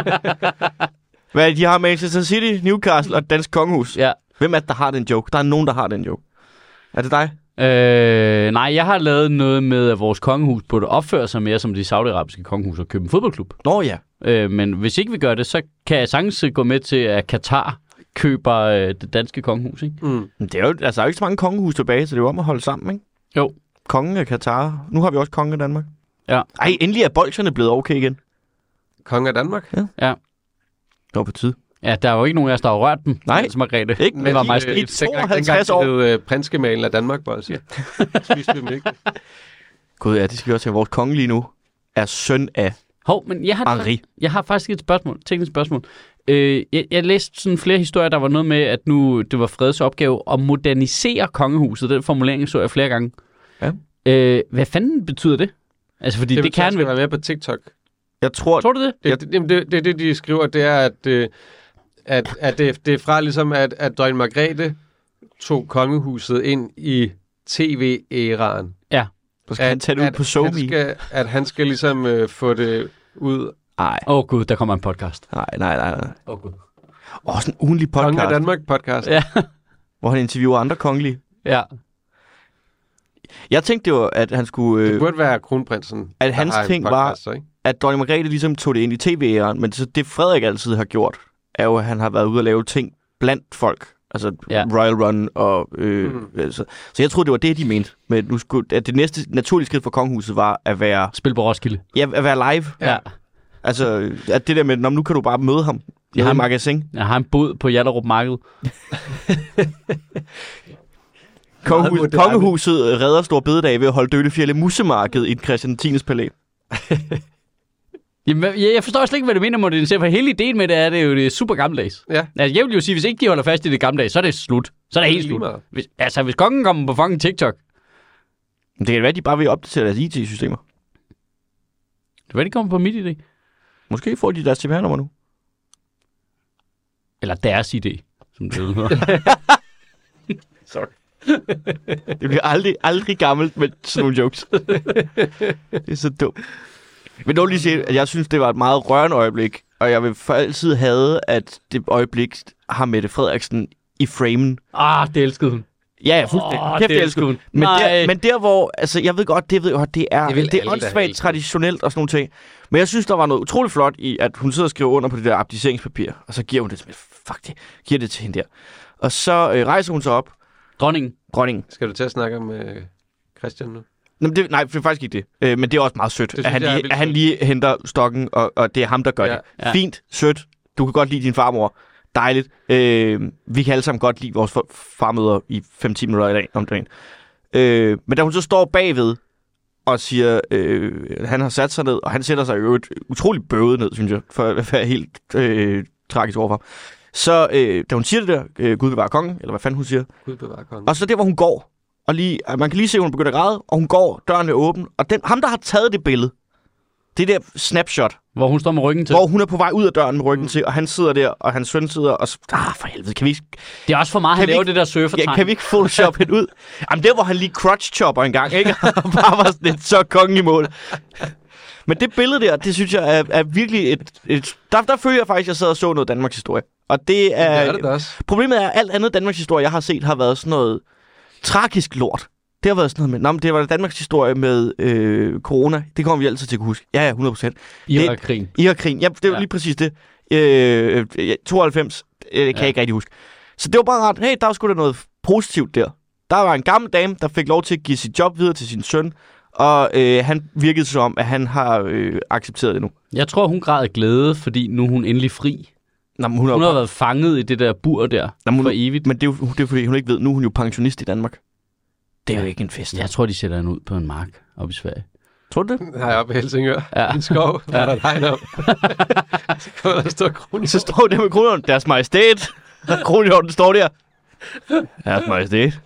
Hvad er det, de har? Manchester City, Newcastle og Dansk Kongehus. Ja. Hvem er det, der har den joke? Der er nogen, der har den joke. Er det dig? Øh, nej, jeg har lavet noget med, at vores kongehus burde opføre sig mere som de saudiarabiske kongehus og købe en fodboldklub. Nå ja. Øh, men hvis ikke vi gør det, så kan jeg sagtens gå med til, at Katar køber øh, det danske kongehus, ikke? Mm. Men det er jo, altså, der er jo ikke så mange kongehus tilbage, så det er jo om at holde sammen, ikke? Jo. Kongen af Katar. Nu har vi også kongen af Danmark. Ja. Ej, endelig er bolsjerne blevet okay igen. Konge af Danmark. Ja. Det var på tid. Ja, der er jo ikke nogen af os, der har rørt dem. Nej. Altså Margrethe. Ikke, Det var de- mig i slet. tooghalvtreds år. Det er prinskemalen af Danmark, bare så. Spiste vi dem ikke. Gud, ja, det skal vi også have. Vores konge lige nu er søn af Hov, men jeg har, Henri. jeg har faktisk et spørgsmål, teknisk spørgsmål. Øh, jeg, jeg læste sådan flere historier, der var noget med, at nu det var Freds opgave at modernisere kongehuset. Den formulering så jeg flere gange. Ja. Øh, hvad fanden betyder det? Altså, fordi det, det betyder, kan at han skal vel. være med på TikTok. Jeg tror, Tror du det? Det, det, det, det, det, det, de skriver, det er, at, øh, at, at det, det er fra ligesom, at, at dronning Margrethe tog kongehuset ind i tv-æraen. Ja. så skal han tage det ud på han SoMe. skal, at han skal ligesom øh, få det ud. Nej, Åh oh, gud, der kommer en podcast. nej, nej, nej. Åh oh, gud. Åh, sådan en ugenlig Kongen af podcast, Danmark podcast. Ja. hvor han interviewer andre kongelige. Ja. Jeg tænkte jo, at han skulle... Det Øh, burde være kronprinsen. at der hans har en ting podcast, var- så, ikke? at dronning Margrethe ligesom tog det ind i tv-æren, men så det Frederik altid har gjort, er jo, at han har været ude og lave ting blandt folk. Altså Ja. Royal Run og... Øh, Mm. mm. så, så jeg troede, det var det, de mente. Men nu skulle, at det næste naturlige skridt for kongehuset var at være, Spil på Roskilde. ja, at være live. Ja. Altså, at det der med, "Nå, nu kan du bare møde ham i Ja, ja, ham- magasin. Jeg har en bod på Hjallerup Marked. Kongehus, moderne. kongehuset redder Stor Bededag ved at holde Dølefjælde Musemarked i Christian tiende palæ. Jamen, jeg, jeg forstår slet ikke, hvad du mener, modernisere, for hele ideen med det er, det er jo det er super gammeldags. Ja. Altså, jeg vil jo sige, hvis ikke de holder fast i det gammeldags, så er det slut. Så er det helt Lige slut. meget. Hvis, altså, hvis kongen kommer på fucking TikTok, Det kan være, at de bare vil opdatere deres I T-systemer. det vil de komme på mit idé. Måske får de deres C P R-nummer nu. Eller deres idé, som det hedder. Sorry. Det bliver aldrig, aldrig gammelt med sådan nogle jokes. Det er så dumt. vil dog lige sige, at jeg synes, det var et meget rørende øjeblik, og jeg vil for altid have, at det øjeblik har Mette Frederiksen i framen. Ah, det elskede hun. Ja, ja, fuldstændig. Åh, Kæft, det det elskede hun. men Nej. der, men der hvor, altså jeg ved godt, det ved jeg godt, det er, Det det, vil det alle er da åndssvagt have. traditionelt og sådan nogle ting. Men jeg synes, der var noget utroligt flot i, at hun sidder og skriver under på det der abdiceringspapir, og så giver hun det til, fuck det, giver det til hende der. Og så øh, rejser hun sig op, Dronningen. dronningen. Skal du til at snakke om øh, Christian nu? Nå, men det, nej, det er faktisk ikke det. Øh, men det er også meget sødt, Det at synes han, jeg er lige, vildt at han sødt. lige henter stokken, og, og det er ham, der gør Ja. det. Ja. Fint, sødt. Du kan godt lide din farmor. Dejligt. Øh, vi kan alle sammen godt lide vores for- farmøder i fem til ti minutter i dag om dagen. Øh, men da hun så står bagved og siger, øh, han har sat sig ned, og han sætter sig jo utroligt bøvet ned, synes jeg, for at være helt øh, tragisk overfor. Så øh, da hun siger det der, øh, Gud bevare kongen, eller hvad fanden hun siger, Gud bevare kongen. og så der, hvor hun går, og lige, man kan lige se, at hun begynder at græde, og hun går, døren er åben, og den, ham, der har taget det billede, det der snapshot, Hvor hun står med ryggen til. hvor hun er på vej ud af døren med ryggen mm. til, og han sidder der, og hans søn sidder og... Ah, for helvede, kan vi ikke, Det er også for meget, Kan han vi laver ikke- det der surfertegn. ja, kan vi ikke photoshoppe hende ud? Jamen, der hvor han lige crotch-chopper en gang, ikke? Og bare var sådan et så kongen i mål. Men det billede der, det synes jeg er, er virkelig et... et der, der føler jeg faktisk, at jeg sad og så noget Danmarks historie. Og det er... Det er det da også. Problemet er, at alt andet Danmarks historie, jeg har set, har været sådan noget tragisk lort. Det har været sådan noget med... Nå, men det var Danmarks historie med øh, corona. Det kommer vi altid til at kunne huske. Ja, ja, hundrede procent. Irak-krigen. Irak-krigen. Ja, det var Ja. lige præcis det. Øh, øh, tooghalvfems. Øh, kan Ja. jeg ikke rigtig huske. Så det var bare rart. Hey, der var sgu da noget positivt der. Der var en gammel dame, der fik lov til at give sit job videre til sin søn. Og øh, han virkede som, at han har øh, accepteret det nu. Jeg tror, hun græd af glæde, fordi nu er hun endelig fri. Nå, men hun, Hun er har jo, været fanget i det der bur der Nå, men for hun- evigt. men det er, jo, det er fordi, hun ikke ved, nu er hun jo pensionist i Danmark. Det er jo Ja. ikke en fest. Jeg tror, de sætter hende ud på en mark oppe i Sverige. Tror du det? Her oppe i Helsingør. Ja. En skov, der er der tegn om. Så kommer der stå kroner. Så står der med kronhjorten, deres majestæt. Kronhjorten står der. Deres majestæt.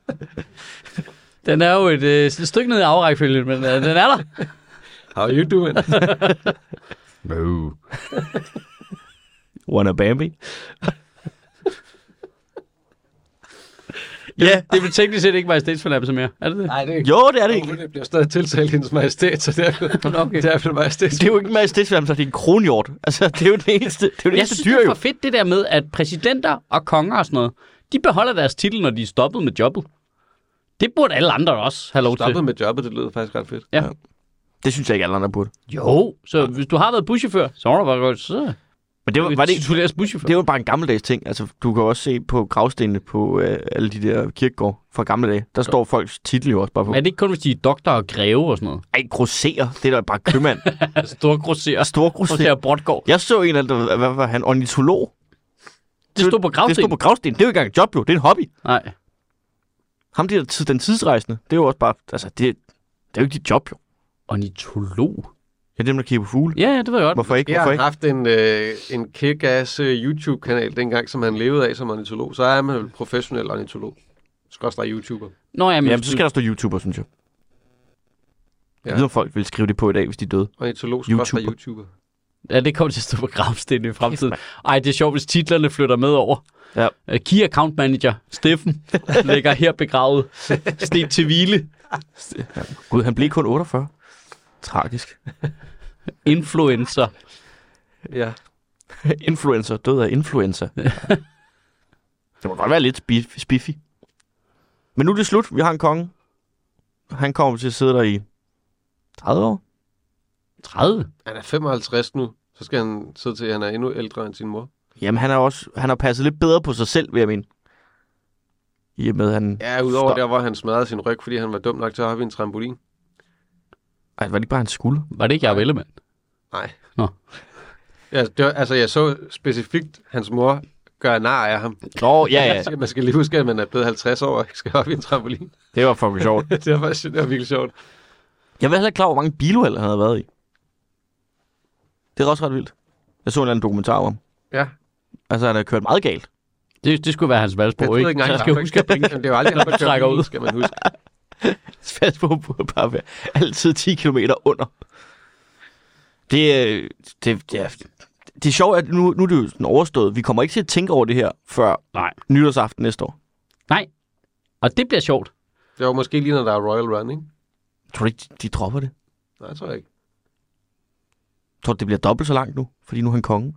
Den er jo et, øh, et stykke ned i afrækkefølgen, men øh, den er der. How you doing? No. Wanna Bambi? Ja, Ja. det er vel teknisk set ikke majestætsfornærmelse mere. Er det det? Nej, det er ikke. Jo, det er det ikke. Hun bliver stadig tiltalt hendes majestæt, så det er, Okay. det er vel majestæt. Det er jo ikke en majestætsfornærmelse, det er en kronhjort. Altså, det er jo det eneste, det er jo det Jeg eneste synes, dyr det er jo. for fedt det der med, at præsidenter og konger og sådan noget, de beholder deres titel, når de er stoppet med jobbet. Det burde alle andre også have lov til. Stoppet med jobbet, det lyder faktisk ret fedt. Ja. Det synes jeg ikke alle andre burde. Jo, så hvis du har været buschauffør, så må du bare godt, så Men det var, var det, ikke- tituleres buschauffør. det var bare en gammeldags ting. Altså, du kan også se på gravstenene på øh, alle de der kirkegård fra gamle dage. Der står folks titel jo også bare på. Men er det ikke kun, hvis de er doktor og greve og sådan noget? Ej, grosserer. Det er da bare købmand. Store grosserer. Store Grosserer grosserer. Brodgaard. Jeg så en af dem, der, hvad var han? Ornitolog. Det stod på Det gravsten. stod på gravsten. Det er jo ikke engang et job, jo. Det er en hobby. Nej. Ham der, tid- den tidsrejsende, det er jo også bare... Altså, det, det er jo ikke dit job, jo. Ornitolog. Ja, dem, der kigger på fugle. Ja, ja, det ved jeg godt. Hvorfor ikke? Jeg Hvorfor har ikke? haft en, øh, en kick-ass øh, YouTube-kanal dengang, som han levede af som ornitolog. Så er man jo professionel ornitolog. Skorstræk YouTuber. Nå, jamen, Jamen, så skal der stå YouTuber, synes jeg. Jeg Ja. ved, om folk vil skrive det på i dag, hvis de er døde. Ornitolog, skorstræk YouTuber. YouTuber. Ja, det kommer til at stå på gravstenen i fremtiden. Ej, det er sjovt, hvis titlerne flytter med over. Ja. Uh, Key Account Manager, Steffen, ligger her begravet. Sten til hvile. Gud, han blev kun otteogfyrre. Tragisk. Influencer. Ja. Influencer. Død af influenza. Det må godt være lidt spiff- spiffy. Men nu er det slut. Vi har en konge. Han kommer til at sidde der i tredive år. tredive? Han er femoghalvtreds nu. Så skal han sidde til, at han er endnu ældre end sin mor. Jamen, han har også han har passet lidt bedre på sig selv, vil jeg mene. I og med, at han... Ja, udover Stop. der, hvor han smadrede sin ryg, fordi han var dum nok til at hoppe i en trampolin. Ej, var det ikke bare hans skulder? Var det ikke Jacob Ellemann? Nej. Nå. Ja, det var, altså, jeg så specifikt hans mor gøre nar af ham. Nå, ja, ja. Man skal lige huske, at man er blevet halvtreds år og ikke skal hoppe i en trampolin. Det var fucking sjovt. det var faktisk det var virkelig sjovt. Jeg var heller ikke klar over, hvor mange biluheld han havde været i. Det er også ret vildt. Jeg så en eller anden dokumentar om. Ja. Altså, han har kørt meget galt. Det, det skulle være hans Jeg valgsbord, troede ikke? ikke engang, Så jeg skal han huske at bringe. Men det er jo aldrig, han har Trækker kørt ud. ud, skal man huske. Fast på burde bare være altid ti kilometer under. Det, er- det, det, er, det er sjovt, at nu, nu er det jo sådan overstået. Vi kommer ikke til at tænke over det her før Nej. nytårsaften næste år. Nej. Og det bliver sjovt. Det var måske lige, når der er Royal Run, ikke? Tror du ikke, de, de dropper det? Nej, jeg tror jeg ikke. Tror du, det bliver dobbelt så langt nu? Fordi nu er han konge.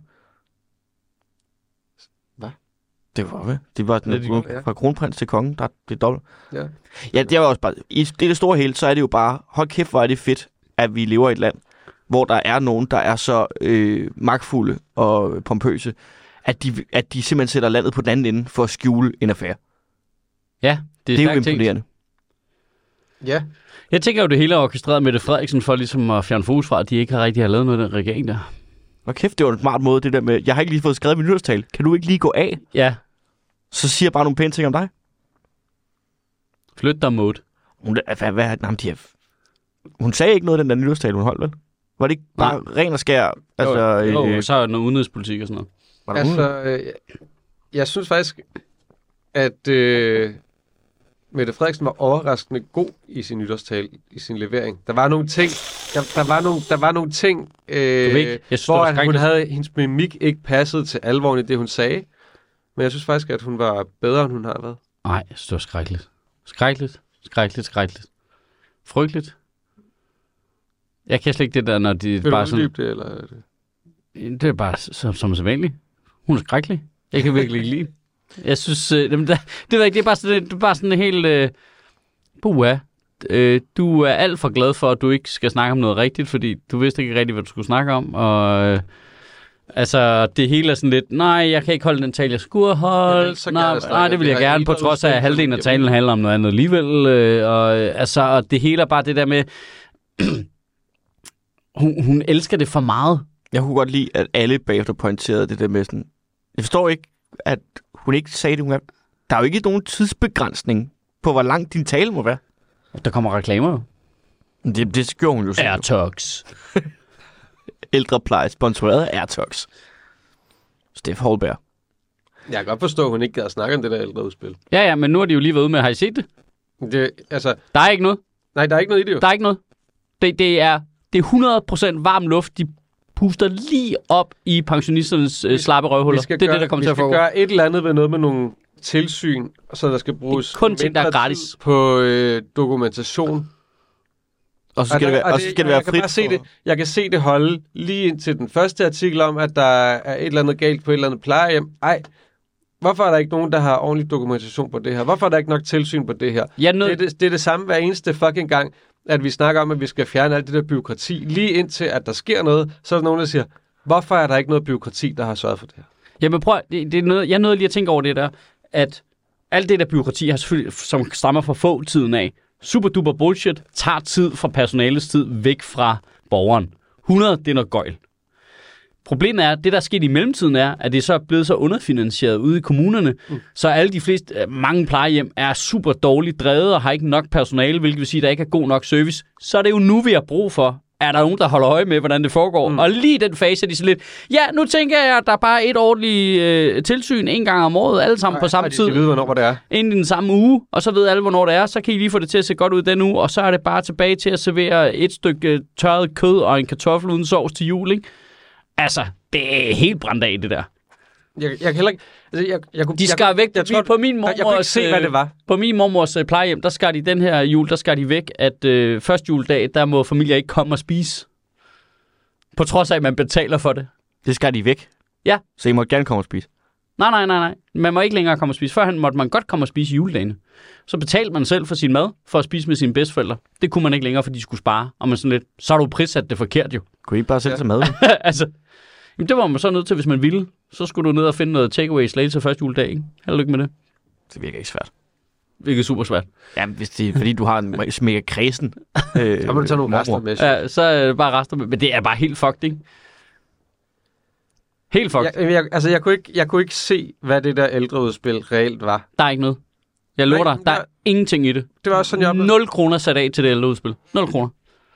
Hvad? Det var hvad? Det var sådan, Ja, det gjorde, ja. fra kronprins til konge, der blev dobbelt. Ja. Ja, det er også bare... I det, det store hele, så er det jo bare... Hold kæft, hvor er det fedt, at vi lever i et land, hvor der er nogen, der er så øh, magtfulde og pompøse, at de, at de simpelthen sætter landet på den anden ende for at skjule en affære. Ja, det er, Det er jo stærkt imponerende. Ja. tænkt. Jeg tænker jo, det hele er orkestreret med Mette Frederiksen for ligesom at fjerne fokus fra, at de ikke har rigtig har lavet noget af den regering der. Og kæft, det var en smart måde, det der med... Jeg har ikke lige fået skrevet min nytårstale. Kan du ikke lige gå af? Ja, Så siger jeg bare nogle pæne ting om dig. flyt dig mode. Hun, hvad, hvad, nej, de er, hun sagde ikke noget af den der nytårstale, hun holdt, vel? Var det ikke bare Nej. ren og skær? Altså, jo, øh, jo, så er der noget udenrigspolitik og sådan noget. var der hun? Altså, øh, jeg, jeg synes faktisk, at øh, Mette Frederiksen var overraskende god i sin nytårstale, i sin levering. Der var nogle ting, der, der var nogle, der var nogle ting, øh, Du ved ikke, jeg synes, hvor det var at hun skrækkeligt. havde, hendes mimik ikke passede til alvoren i det, hun sagde. Men jeg synes faktisk, at hun var bedre, end hun har været. Nej, jeg synes, det var skrækkeligt. Skrækkeligt, skrækkeligt, skrækkeligt. Frygteligt. Jeg kan slet ikke det der, når de Vil bare du sådan... uddybe det, eller er det? Det er bare som, som sædvanligt. Hun er skrækkelig. Jeg kan virkelig ikke lide det. Jeg synes, øh, jamen, der, det, ved jeg ikke, det er bare sådan, det er bare sådan en helt... Øh, buha. Øh, du er alt for glad for, at du ikke skal snakke om noget rigtigt, fordi du vidste ikke rigtigt, hvad du skulle snakke om. Og øh, altså, det hele er sådan lidt, nej, jeg kan ikke holde den tale, jeg skulle have Jeg vil holdt. så Nej, gerne snakke nej, om det vil det jeg her gerne, på idrætsudspil, trods af, at halvdelen af fordi- talen handler om noget andet alligevel. Øh, og, øh, altså, og det hele er bare det der med... hun, hun elsker det for meget. Jeg kunne godt lide, at alle bagefter pointerede det der med sådan... Jeg forstår ikke, at hun ikke sagde det, hun er... Der er jo ikke nogen tidsbegrænsning på, hvor lang din tale må være. Der kommer reklamer jo. Det, det gjorde hun jo selv. Airtox. Ældrepleje, sponsoreret af Airtox. Steff Holberg. Jeg kan godt forstå, at hun ikke gad at snakke om det der ældreudspil. Ja, ja, men nu har de jo lige været ude med, har I set det? Det, altså, Der er ikke noget. nej, der er ikke noget i det jo. Der er ikke noget. Det, det, er, det er hundrede procent varm luft, de puster lige op i pensionisternes øh, slappe røvhuller. Det er gøre, det, der kommer vi til at skal foregå. gøre et eller andet med noget med nogle tilsyn, så der skal bruges Det er kun ting, der er mindre gratis. tid på øh, dokumentation. Og så skal, Og det, der- være, og så skal det være jeg kan frit. bare se det. Jeg kan se det holde lige indtil den første artikel om, at der er et eller andet galt på et eller andet plejehjem. Ej, hvorfor er der ikke nogen, der har ordentlig dokumentation på det her? Hvorfor er der ikke nok tilsyn på det her? Jeg er nød... Det er det, det er det samme hver eneste fucking gang, at vi snakker om, at vi skal fjerne alt det der byråkrati. Lige indtil, at der sker noget, så er der nogen, der siger, hvorfor er der ikke noget byråkrati, der har sørget for det her? Jamen prøv, det, det er noget, jeg er nødt lige at tænke over det der, at alt det der byråkrati, har selvfølgelig, som stammer fra få tiden af, super duper bullshit, tager tid fra personalets tid væk fra borgeren. hundrede, det er noget gøjl. Problemet er, at det der er sket i mellemtiden er, at det så er blevet så underfinansieret ude i kommunerne, mm. så alle de fleste, mange plejehjem er super dårligt drevet og har ikke nok personale, hvilket vil sige, at der ikke er god nok service. Så er det jo nu, vi har brug for. Er der nogen, der holder øje med, hvordan det foregår? Mm. Og lige i den fase er de så lidt, ja, nu tænker jeg, at der er bare et ordentligt øh, tilsyn en gang om året, alle sammen Ej, på samme og de tid. skal vide, hvornår det er. Inden i den samme uge, og så ved alle, hvornår det er, så kan I lige få det til at se godt ud den uge, og så er det bare tilbage til at servere et stykke tørret kød og en kartoffel uden sovs til jul, ikke? Altså, det er helt brændt af, det der. Jeg, jeg kan heller ikke... Altså, jeg, jeg, kunne, De skar jeg, væk. Jeg, tror, på min jeg, jeg kunne ikke mormors, se, hvad det var. På min mormors øh, plejehjem, der skar de den her jul, der skar de væk, at øh, første juledag, der må familier ikke komme og spise. På trods af, at man betaler for det. Det skal de væk. Ja. Så I må gerne komme og spise. Nej, nej, nej, nej. Man må ikke længere komme og spise. Førhen måtte man godt komme og spise i juledagene. Så betalte man selv for sin mad, for at spise med sine bedsteforældre. Det kunne man ikke længere, fordi de skulle spare. Og man sådan lidt, så har du prissat det forkert jo. Kunne I ikke bare selv Ja. tage mad? altså, jamen, det var man så nødt til, hvis man ville. Så skulle du ned og finde noget takeaway slate til første juledag, ikke? Held og lykke med det. Det virker ikke svært. Hvilket er super svært. Jamen, hvis det er, fordi du har en mega kredsen. Øh, Så må du tage nogle rester med. Ja. Ja, så er det bare rester med. Men det er bare helt fucked, ikke? Helt fucked. Jeg, jeg, altså, jeg kunne, ikke, jeg kunne ikke se, hvad det der ældreudspil reelt var. Der er ikke noget. Jeg lover Nej, dig, der der- er ingenting i det. Det var også sådan, jeg oplevede. Nul kroner sat af til det ældreudspil. Nul kroner.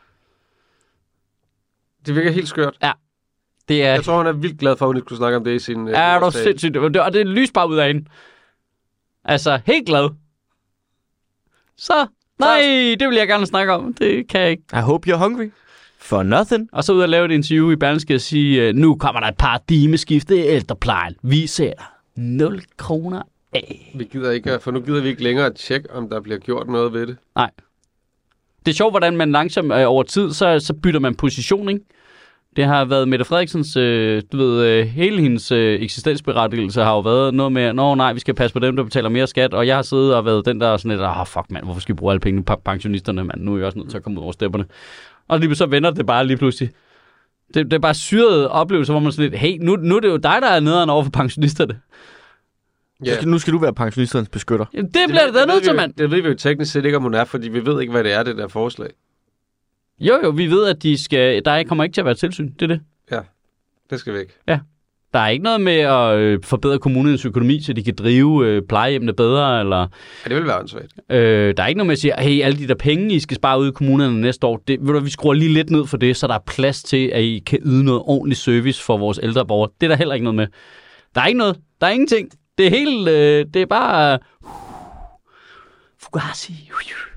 Det virker helt skørt. Det er... Jeg tror, hun er vildt glad for, at hun ikke kunne snakke om det i sin... øh, Er du nytårstale. sindssygt? Og det, og det lys bare ud af hende. Altså, helt glad. Så, nej, det vil jeg gerne snakke om. Det kan jeg ikke. I hope you're hungry. For nothing. Og så ud og lave et interview i Berlingske og sige, øh, nu kommer der et paradigmeskifte i ældreplejen. Vi sætter nul kroner af. Vi gider ikke, for nu gider vi ikke længere at tjekke, om der bliver gjort noget ved det. Det er sjovt, hvordan man langsomt øh, over tid, så, så bytter man position, ikke? Det har været Mette Frederiksens, øh, du ved, øh, hele hendes øh, eksistensberettigelse har jo været noget med, nå nej, vi skal passe på dem, der betaler mere skat, og jeg har siddet og været den der sådan lidt, ah fuck mand, hvorfor skal vi bruge alle pengene på pensionisterne, mand, nu er jeg også nødt til at komme ud over stepperne. Og lige så vender det bare lige pludselig. Det, det er bare syrede oplevelser, hvor man sådan lidt, hey, nu, nu er det jo dig, der er nederen over for pensionisterne. Ja. Nu skal du være pensionisternes beskytter. Jamen, det bliver det, det nødt til, mand. Det ved vi jo teknisk set ikke, om hun er, fordi vi ved ikke, hvad det er, det der forslag. Jo, jo, vi ved, at de skal, der kommer ikke til at være tilsyn. Det er det. Ja, det skal vi ikke. Ja. Der er ikke noget med at øh, forbedre kommunens økonomi, så de kan drive øh, plejehjemmene bedre, eller... Ja, det vil være åndssvagt. Øh, der er ikke noget med at sige, hey, alle de der penge, I skal spare ud i kommunerne næste år, det, ved du, vi skruer lige lidt ned for det, så der er plads til, at I kan yde noget ordentlig service for vores ældre borgere. Det er der heller ikke noget med. Der er ikke noget. Der er ingenting. Det er helt... Øh, det er bare... Uh, Fugazi.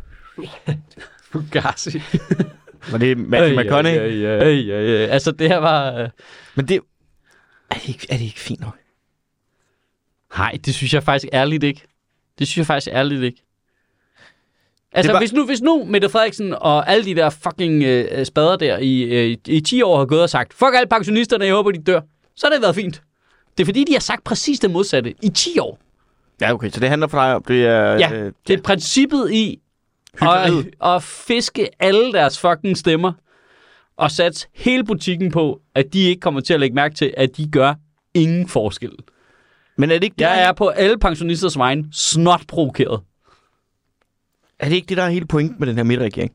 Fugazi. Var det Matthew McConaughey? Ja, ja, ja, ja. Altså, det her var... Øh... Men det... Er det, ikke, er det ikke fint nok? Nej, det synes jeg faktisk ærligt ikke. Det synes jeg faktisk ærligt ikke. Altså, var... hvis, nu, hvis nu Mette Frederiksen og alle de der fucking øh, spader der i, øh, i ti år har gået og sagt, fuck alle pensionisterne, jeg håber, de dør, så har det været fint. Det er fordi, de har sagt præcis det modsatte i ti år. Ja, okay, så det handler for dig om, det er... Ja, øh, det er princippet i at, at fiske alle deres fucking stemmer og satse hele butikken på, at de ikke kommer til at lægge mærke til, at de gør ingen forskel. Men er det ikke det, Jeg er på alle pensionisters vegne snot provokeret. Er det ikke det, der er hele pointen med den her midterregering?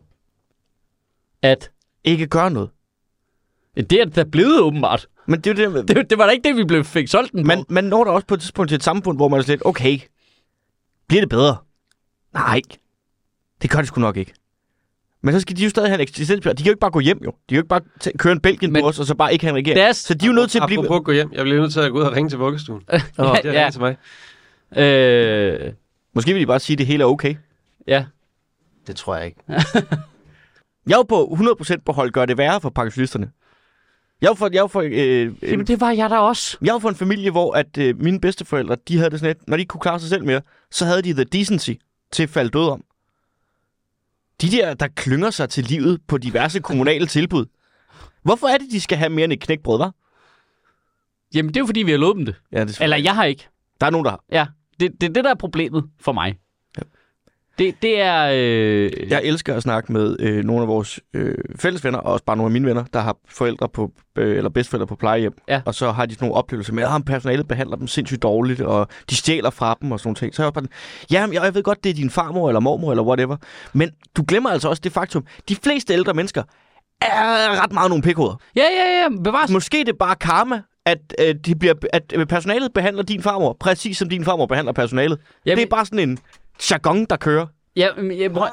At ikke gøre noget. Det er det blevet åbenbart. Men det, er det, det, det var da ikke det, vi blev fik solgt den på. Man, man når der også på et tidspunkt til et samfund, hvor man er lidt, okay, bliver det bedre? Nej, det gør det sgu nok ikke. Men så skal de jo stadig have en eksistens. De kan jo ikke bare gå hjem, jo. De kan jo ikke bare t- køre en Belgien på os, og så bare ikke have en regering. Er... Så de er jo nødt til at blive... Apropos at gå hjem. Jeg bliver nødt til at gå ud og ringe til vuggestuen. ja, oh, det er ja. til mig. Øh... Måske vil de bare sige, at det hele er okay. Ja. Det tror jeg ikke. Jeg er jo på hundrede procent på hold, gør det værre for pensionisterne. Jeg er for, jeg er for, øh, Jamen, det var jeg da også. Jeg er for en familie, hvor at, øh, mine bedsteforældre, de havde det sådan et, når de ikke kunne klare sig selv mere, så havde de the decency til at falde død om. De der, der klynger sig til livet på diverse kommunale tilbud. Hvorfor er det, de skal have mere end et knækbrød, hva'? Jamen, det er jo fordi, vi har lovet dem det. Ja, det Eller jeg har ikke. Der er nogen, der har. Ja, det er det, det, der er problemet for mig. Ja. Det, det er... Øh... Jeg elsker at snakke med øh, nogle af vores øh, fælles venner, og også bare nogle af mine venner, der har forældre på, øh, eller bedsteforældre på plejehjem. Ja. Og så har de sådan nogle oplevelser med, at personalet behandler dem sindssygt dårligt, og de stjæler fra dem og sådan nogle ting. Så er jeg bare, ja, jeg, jeg ved godt, det er din farmor eller mormor eller whatever, men du glemmer altså også det faktum, de fleste ældre mennesker er ret meget nogle pikhoveder. Ja, ja, ja, bevares. Måske det er bare karma, at, øh, de bliver, at øh, personalet behandler din farmor, præcis som din farmor behandler personalet. Jamen, det er bare sådan en jargon, der kører. Ja, jeg, prøv...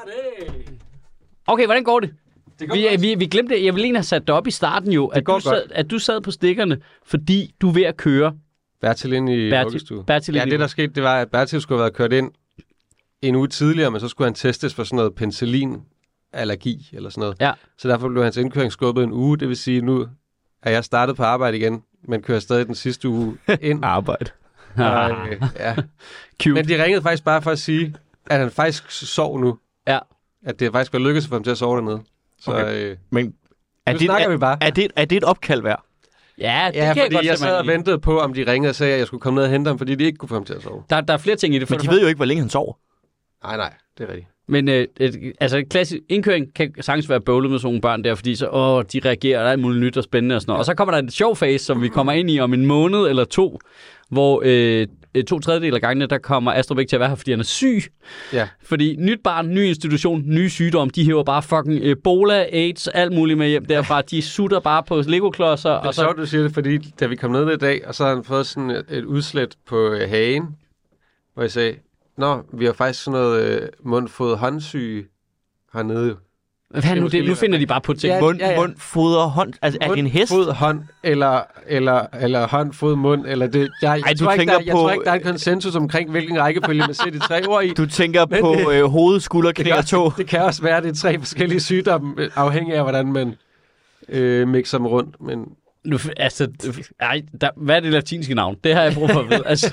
Okay, hvordan går det? det går vi, vi, vi glemte det. Jeg ville egentlig have sat det op i starten jo, at du, sad, at du sad på stikkerne, fordi du er ved at køre. Bertil ind i vuggestue. Bertil ja, det der skete, det var, at Bertil skulle have været kørt ind en uge tidligere, men så skulle han testes for sådan noget penicillinallergi eller sådan noget. Ja. Så derfor blev hans indkøring skubbet en uge. Det vil sige, nu er jeg startet på arbejde igen, men kører stadig den sidste uge ind. Arbejde. Og, øh, ja. Men de ringede faktisk bare for at sige, at han faktisk sov nu. Ja. At det faktisk var lykkedes for ham til at sove dernede. Så okay. øh, Men er det, snakker er, vi bare. Er det, er det et opkald værd? Ja, det ja, kan fordi jeg godt jeg sad og lige. ventede på, om de ringede og sagde, at jeg skulle komme ned og hente ham, fordi de ikke kunne få ham til at sove. Der, der er flere ting i det. For Men de ved jo ikke, hvor længe han sover. Nej, nej, det er rigtigt. Men øh, et, altså klassisk indkøring kan sagtens være bøvlet med sådan nogle børn der, fordi så, åh, de reagerer, der er muligt nyt og spændende og sådan noget. Ja. Og så kommer der en sjov fase, som vi kommer ind i om en måned eller to, hvor øh, to tredjedel af gangene, der kommer Astrup ikke til at være her, fordi han er syg. Ja. Fordi nyt barn, ny institution, nye sygdom, de hæver bare fucking Ebola, AIDS, alt muligt med hjem derfra. De sutter bare på Lego-klodser. Det er og så... sjovt, du siger det, fordi da vi kom ned i dag, og så har han fået sådan et, et udslæt på øh, hagen, hvor jeg sagde, nå, vi har faktisk sådan noget øh, mund-fod håndsyge hernede jo. Hvad nu, det, nu finder de bare på ting. Ja, mund, ja, ja. mund, fod og hånd. Altså, mund, er det en hest? Fod, hånd, eller, eller, eller hånd, fod, mund, eller det. Jeg, Ej, jeg, du tror, ikke, der, på... jeg tror ikke, der er en konsensus omkring, hvilken rækkefølge man ser de tre ord i. Du tænker men, på øh, hoved, skulder, knæ og tå. Det kan også være, at det er tre forskellige sygdomme, afhængig af, hvordan man øh, mixer dem rundt. Men... Nu, altså, ej, der, hvad er det latinske navn? Det har jeg brug for at vide. Altså.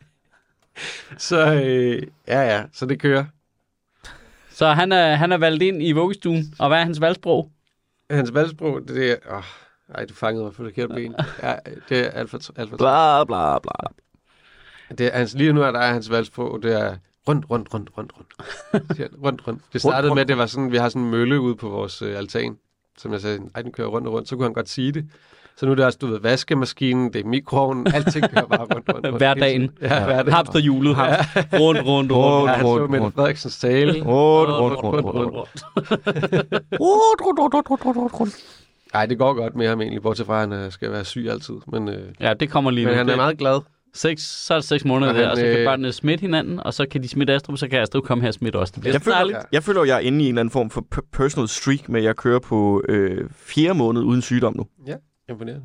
Så øh, ja, ja, så det kører. Så han er, han er valgt ind i vuggestuen, og hvad er hans valgsprog? Hans valgsprog, det er... Åh, Ej, du fangede mig for det forkerte ben. Ja, det er alt for... Alt for Bla, bla, bla. det er, hans, lige nu er der er hans valgsprog, det er rundt, rundt, rundt, rundt, rundt. rundt, rundt. Det startede rundt, med, at det var sådan, vi har sådan en mølle ude på vores øh, altan, som jeg sagde, ej, den kører rundt og rundt, så kunne han godt sige det. Så nu er det også, du ved, vaskemaskinen, det er mikroovnen, alting kører bare rundt, rundt, rundt. Hverdagen. Ja, hverdagen. Hamsterhjulet. Ja. Rundt, rundt, rundt. Ja, han så Mette Frederiksens tale. Rundt, rundt, rundt, rundt, rundt. Rundt, rundt, rundt, rundt, rundt, rundt, rundt. Ej, det går godt med ham egentlig, bortset fra, at han skal være syg altid. Men, øh, Ja, det kommer lige men nu. han er Det- meget glad. Seks, så er det seks måneder Og der, han, og så kan øh, børnene smitte hinanden, og så kan de smitte Astrup, så kan Astrup komme her og smitte også. Det bliver Jeg føler, dejligt. jeg føler, jeg er inde i en eller anden form for p- personal streak med, at jeg kører på øh, fjerde måned uden sygdom nu. Ja, imponerende.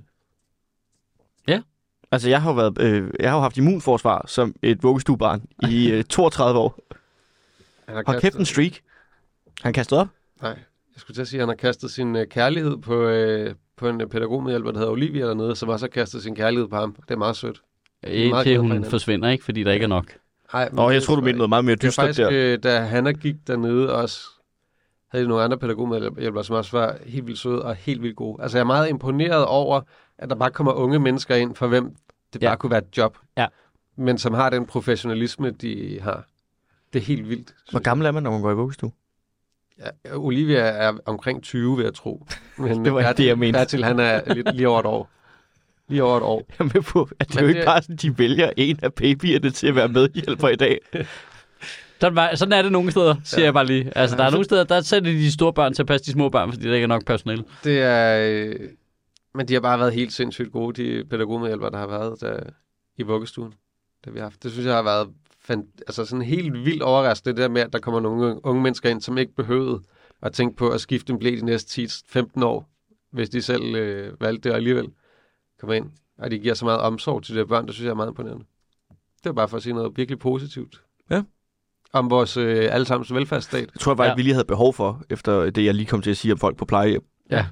Altså, jeg har jo været, øh, jeg har jo haft immunforsvar som et vuggestuebarn i øh, toogtredive år. Han har Hold kæft en streak. Han kastet op. Nej, jeg skulle til at sige, at han har kastet sin øh, kærlighed på, øh, på en øh, pædagogmedhjælper, der hedder Olivia dernede, som også har kastet sin kærlighed på ham. Det er meget sødt. Meget glad Indtil for hun hinanden. forsvinder, ikke? Fordi der ikke er nok. Ej, men Og jeg det tror, du tror mente noget meget mere Det er dystert faktisk, der. øh, da Hanna gik dernede også, havde de nogle andre pædagogmedhjælpere, som også var helt vildt søde og helt vildt gode. Altså, jeg er meget imponeret over, at der bare kommer unge mennesker ind, for hvem det Ja. bare kunne være et job. Ja. Men som har den professionalisme, de har. Det er helt vildt. synes Hvor gammel er man, når man går i vuggestue? jeg. Ja, Olivia er omkring tyve, vil jeg tro. Men Det var Bertil- det, jeg mente. Bertil, han er lidt, lige over et år. Lige over et år. Jeg er med på, at det Men er jo ikke det- bare sådan, de vælger en af babyerne til at være medhjælper i dag. Sådan, var, sådan er det nogle steder, siger Ja. jeg bare lige. Altså, der er nogle steder, der sætter de de store børn til at passe de små børn, fordi der ikke er nok personale. Det er... Øh, men de har bare været helt sindssygt gode, de pædagogmedhjælpere, der har været der i vuggestuen, det vi har haft. Det synes jeg har været fan, altså sådan helt vildt overraskende, det der med, at der kommer nogle unge mennesker ind, som ikke behøvede at tænke på at skifte en blæ de næste ti til femten år, hvis de selv øh, valgte det og alligevel kommer ind. Og de giver så meget omsorg til de her børn, det synes jeg er meget imponerende. Det er bare for at sige noget virkelig positivt. Ja. Om vores øh, allesammens velfærdsstat. Det tror jeg faktisk, Ja. vi lige havde behov for, efter det, jeg lige kom til at sige om folk på plejehjem. Ja.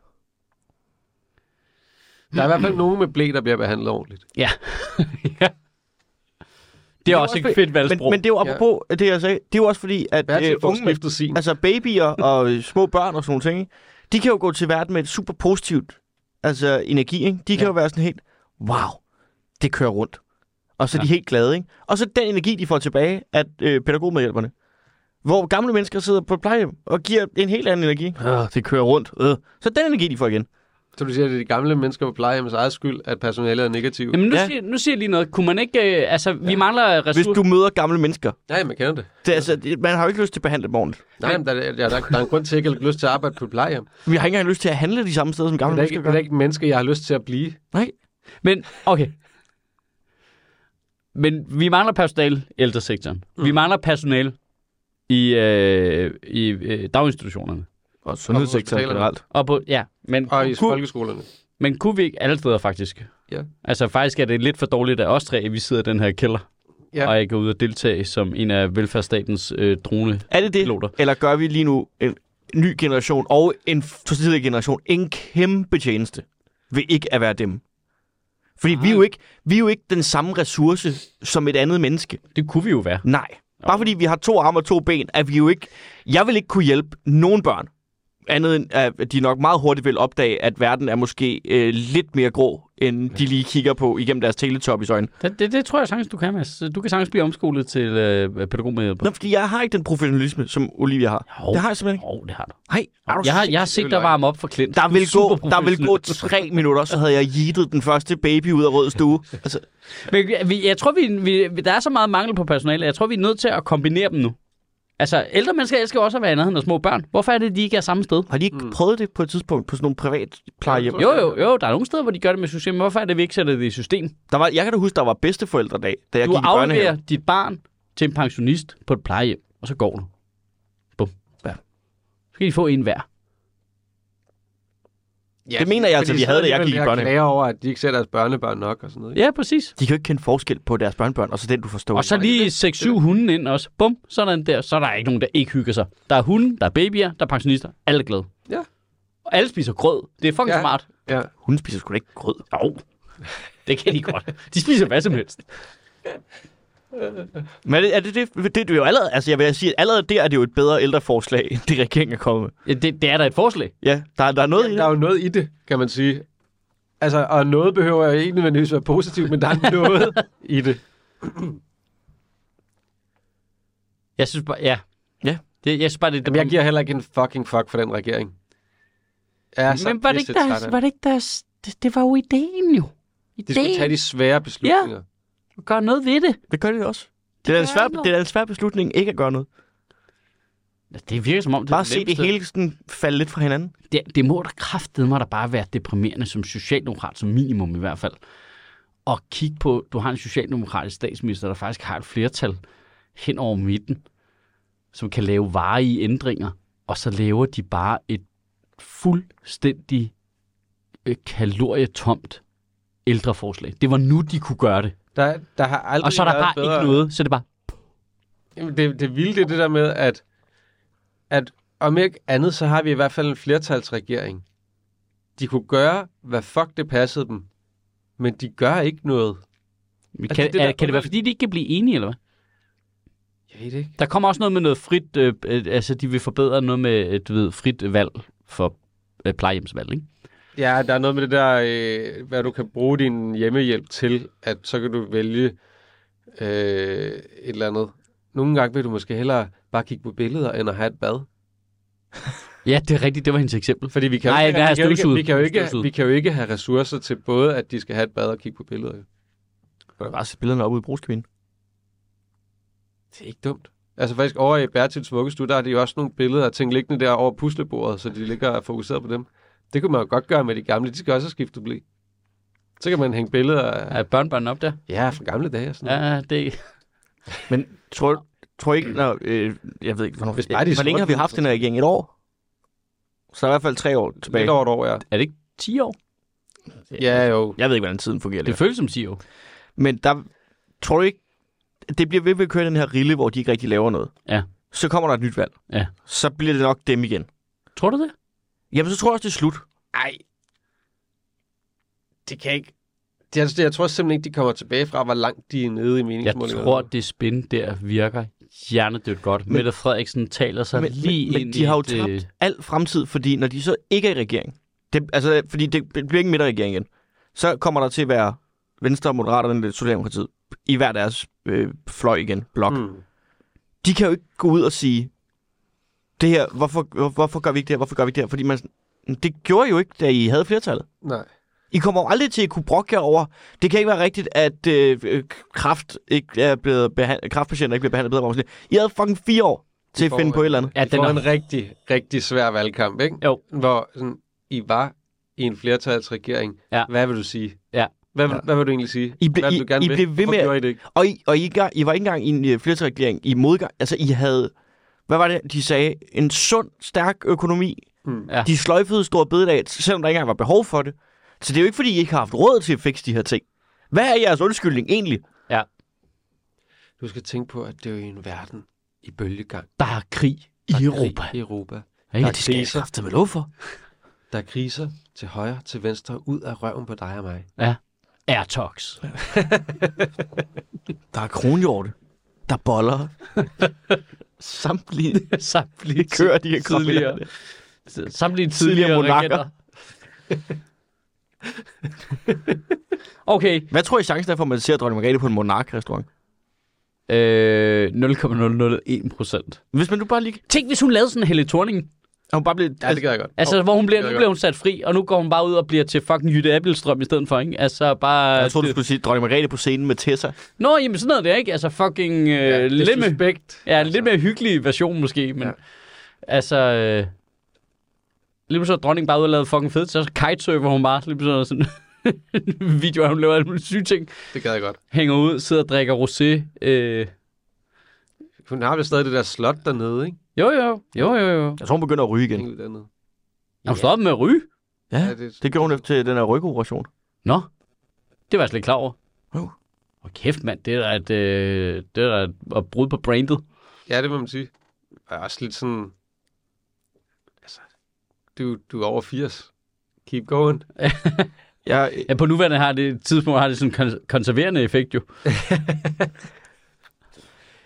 Der er i hvert fald nogen med blæ, der bliver behandlet ordentligt. Ja. ja. Det er også et fedt Men, valgsprog. men det er jo apropos ja. det, jeg sagde. Det er jo også fordi, at Bertil øh, får unge, skiftet sin. altså babyer og øh, små børn og sådan nogle ting, ikke? De kan jo gå til verden med et super positivt altså energi, ikke? De kan Ja. jo være sådan helt, wow, det kører rundt. Og så er Ja. de helt glade, ikke? Og så den energi, de får tilbage af øh, pædagogmedhjælperne. Hvor gamle mennesker sidder på et plejehjem og giver en helt anden energi. Øh, det kører rundt. Øh. Så den energi, de får igen. Så du siger, at det er de gamle mennesker på plejehjemmets eget skyld, at personalet er negativt? Jamen, nu, Ja. ja. siger, nu siger jeg lige noget. Kunne man ikke... Øh, altså, vi mangler Hvis ressourcer. du møder gamle mennesker. Nej, man kender det. Det, er altså, det, man har jo ikke lyst til at behandle dem ordentligt. Nej, men der, der, der, der er en grund til, at jeg ikke har lyst til at arbejde på et plejehjem. Vi har ikke engang lyst til at handle de samme steder, som gamle Det er, mennesker ikke, gør. det er ikke et menneske, jeg har lyst til at blive. Nej. Men, okay. Men vi mangler personale i ældresektoren. Mm. Vi mangler personale i, øh, i øh, daginstitutionerne. Og sundhedssektoren hospitalerne. generelt. Og på, ja, men, Og i kunne, folkeskolerne. men kunne vi ikke alle steder faktisk? Ja. Altså faktisk er det lidt for dårligt af os tre, at vi sidder i den her kælder, Ja. ja. og ikke er ude og deltage som en af velfærdsstatens øh, drone. Er det det? Piloter. Eller gør vi lige nu en ny generation og en tidligere generation en kæmpe tjeneste ved ikke at være dem? Fordi vi er, jo ikke, vi er jo ikke den samme ressource som et andet menneske. Det kunne vi jo være. Nej. Bare fordi vi har to arme og to ben, er vi jo ikke... Jeg vil ikke kunne hjælpe nogen børn. Andet end, at de nok meget hurtigt vil opdage, at verden er måske øh, lidt mere grå, end de lige kigger på igennem deres teletubbies-øjne. Det, det, det tror jeg sagtens, du kan, Mads. Du kan sagtens blive omskolet til øh, pædagogmedhjælper. Nå, fordi jeg har ikke den professionalisme, som Olivia har. Jo. Det har jeg simpelthen ikke. Åh, oh, det har du. Nej, er du Jeg har, jeg har sindssygt set dig varme op for Klint. Der Du er vil, gå, super der vil gå professionel. tre minutter, så havde jeg yeetet den første baby ud af rød stue. Altså, Men vi, jeg tror, vi, vi, der er så meget mangel på personale. Jeg tror, vi er nødt til at kombinere dem nu. Altså, ældre mennesker elsker også at være i nærheden af små børn. Hvorfor er det, de ikke er samme sted? har de ikke mm. prøvet det på et tidspunkt på sådan nogle privat plejehjem? Ja, Jo, jo, jo. Der er nogle steder, hvor de gør det med system. Men hvorfor er det, vi ikke sætter det i system? Der var, jeg kan da huske, der var bedsteforældredag, da jeg Du gik i børnehave. afleverer dit barn til en pensionist på et plejehjem, og så går du. Bum. Ja. Så skal de få en hver. Ja, Det mener jeg altså, fordi vi havde, da så jeg alligevel gik i her børnehave. klager over, at de ikke ser deres børnebørn nok og sådan noget. ikke? Ja, præcis. De kan jo ikke kende forskel på deres børnebørn, og så den, du forstår. Og så lige seks syv hunde ind også. Bum, sådan der. Så er der ikke nogen, der ikke hygger sig. Der er hunde, der er babyer, der er pensionister. Alle er glade. Ja. Og alle spiser grød. Det er fucking Ja. ja. smart. Ja. Hun spiser sgu da ikke grød. Jo, det kan de godt. De spiser hvad som helst. Men er det er det, det, det, det er jo allerede, altså jeg vil sige, allerede der er det jo et bedre ældreforslag, end det regeringen er kommet med. Ja, det, det er da et forslag. Ja, der, der er noget i det. Der er jo noget i det, kan man sige. Altså, og noget behøver jo ikke nødvendigvis være positivt, men der er noget i det. Jeg synes bare, ja. Ja. Det, jeg synes bare, det, Jamen, jeg giver heller ikke en fucking fuck for den regering. Jeg er så men var det, ikke der, var det ikke der... Det, det var jo ideen jo. Ideen. De skulle tage de svære beslutninger. Ja. Gør noget ved det. Det gør det også. Det, det, er, en svær, det er en svær beslutning ikke at gøre noget. Det virker som om... Det bare se det hele sådan falde lidt fra hinanden. Det, det må da kraftedeme da bare være deprimerende som socialdemokrat, som minimum i hvert fald. Og kigge på, du har en socialdemokratisk statsminister, der faktisk har et flertal hen over midten, som kan lave varige ændringer, og så laver de bare et fuldstændig øh, kalorietomt ældreforslag. Det var nu, de kunne gøre det. Der, der har aldrig og så er der bare bedre... ikke noget, så er det bare... Jamen, det, det vilde det er det der med, at, at om ikke andet, så har vi i hvert fald en flertalsregering. De kunne gøre, hvad fuck det passede dem, men de gør ikke noget. Kan, altså, det, det, er, kan det være, fordi de ikke kan blive enige, eller hvad? Jeg ved det ikke. Der kommer også noget med noget frit, øh, øh, altså de vil forbedre noget med, du ved, frit valg for øh, plejehjemsvalg, ikke? Ja, der er noget med det der, øh, hvad du kan bruge din hjemmehjælp til, at så kan du vælge øh, et eller andet. Nogle gange vil du måske hellere bare kigge på billeder, end at have et bad. Ja, det er rigtigt, det var hendes eksempel. Fordi vi kan, Nej, jo, ikke, vi, vi, kan jo ikke, vi, kan jo ikke, støvsud. vi kan jo ikke have ressourcer til både, at de skal have et bad og kigge på billeder. Kan du bare sætte billederne op ude i brugskabinen? Det er ikke dumt. Altså faktisk over i Bertils vuggestue, der er de jo også nogle billeder af ting liggende der over puslebordet, så de ligger fokuseret på dem. Det kunne man jo godt gøre med de gamle. De skal også have skiftet blik. Så kan man hænge billeder af... Er børnebørnene op der? Ja, fra gamle dage og sådan noget. Ja, det... Men tror, tror ikke, når, øh, jeg ved ikke, hvornår, Hvis bare de hvor længe har vi haft den her regering? Et år? Så er i hvert fald tre år tilbage. Lidt over et år, ja. Er det ikke ti år? Ja, jo. Jeg ved ikke, hvordan tiden fungerer. Det føles som ti år. Men der tror du ikke, det bliver ved med at køre den her rille, hvor de ikke rigtig laver noget. Ja. Så kommer der et nyt valg. Ja. Så bliver det nok dem igen. Tror du det? Jamen, så tror jeg også, det er slut. Ej. Det kan ikke... Det, altså, jeg tror simpelthen ikke, de kommer tilbage fra, hvor langt de er nede i Jeg meningsmålingerne. tror, det spin der virker hjernedødt godt. Men, Mette Frederiksen taler sig men, lige men, ind men de har jo i et, tabt al fremtid, fordi når de så ikke er i regering, det, altså, fordi det bliver ikke midterregering igen, så kommer der til at være Venstre, Moderaterne og Socialdemokratiet i hver deres øh, fløj igen, blok. Mm. De kan jo ikke gå ud og sige, det her, hvorfor, hvor, hvorfor gør vi ikke det her, hvorfor gør vi ikke det her? Fordi man, det gjorde I jo ikke, da I havde flertallet. Nej. I kommer jo aldrig til at kunne brokke jer over, det kan ikke være rigtigt, at øh, kræft ikke er blevet behandlet, kræftpatienter ikke bliver behandlet bedre. I havde fucking fire år til at finde på et eller andet. Ja, det var en rigtig, rigtig svær valgkamp, ikke? Jo. Hvor sådan, I var i en flertalsregering. Ja. Hvad vil du sige? Ja. Hvad, Ja. hvad vil du egentlig sige? I, ble, hvad vil I, du gerne I vil? blev ved Hvorfor med, gjorde I det ikke? og, I, og I, I var ikke engang i en uh, flertalsregering i modgang. Altså, I havde, hvad var det, de sagde? En sund, stærk økonomi. Hmm. Ja. De sløjfede store bededag, selvom der ikke engang var behov for det. Så det er jo ikke, fordi I ikke har haft råd til at fikse de her ting. Hvad er jeres undskyldning egentlig? Ja. Du skal tænke på, at det er jo en verden i bølgegang. Der er krig i Der er Europa. krig i Europa. Ja, Der er det skal jeg kriser. kraftedeme lov for. Der er kriser til højre, til venstre, ud af røven på dig og mig. Ja. Airtox. Der er kronhjorte. Der er boller. Samtlige Samtlige kører, de er tidligere. Samtlige Tidligere tidligere monarker. regenter. Okay. Hvad tror I chancen er for, at man ser Dronning Margrethe på en monark-restaurant? Øh, nul komma nul nul en procent. Hvis man nu bare lige... Tænk, hvis hun lavede sådan en Helle Thorning. Og hun bare blev... Ja, det gør jeg godt. Altså, Oh, hvor hun bliver, det nu gør bliver jeg hun sat fri, og nu går hun bare ud og bliver til fucking Jytte Abildstrøm i stedet for, ikke? Altså, bare... Jeg tror, du skulle sige Dronning Margrethe på scenen med Tessa. Nå, jamen sådan noget der, ikke? Altså, fucking... Øh, Ja, lidt, med, suspekt. ja, lidt mere hyggelig version måske, men... Ja. Altså... Øh, lige så er dronningen bare ud og lavet fucking fedt, så kitesurfer hun bare, lige sådan en video, hvor hun laver alle mulige syge ting. Det gad jeg godt. Hænger ud, sidder og drikker rosé. Øh, Hun har jo stadig det der slot dernede, ikke? jo, jo, jo, jo, jo. Jeg tror, hun begynder at ryge igen. Hænger ud dernede. Er hun stået op med at ryge? Ja, Ja, det- det gjorde hun efter den her rygoperation. Nå, det var jeg slet ikke klar over. Jo. Hvor kæft, mand, det er da et, øh, det er da et, et brud på brandet. Ja, det må man sige. Jeg er også lidt sådan... Altså, du, du er over firs. Keep going. Jeg, Ja, på nuværende har det tidspunkt har det sådan en kon- konserverende effekt jo.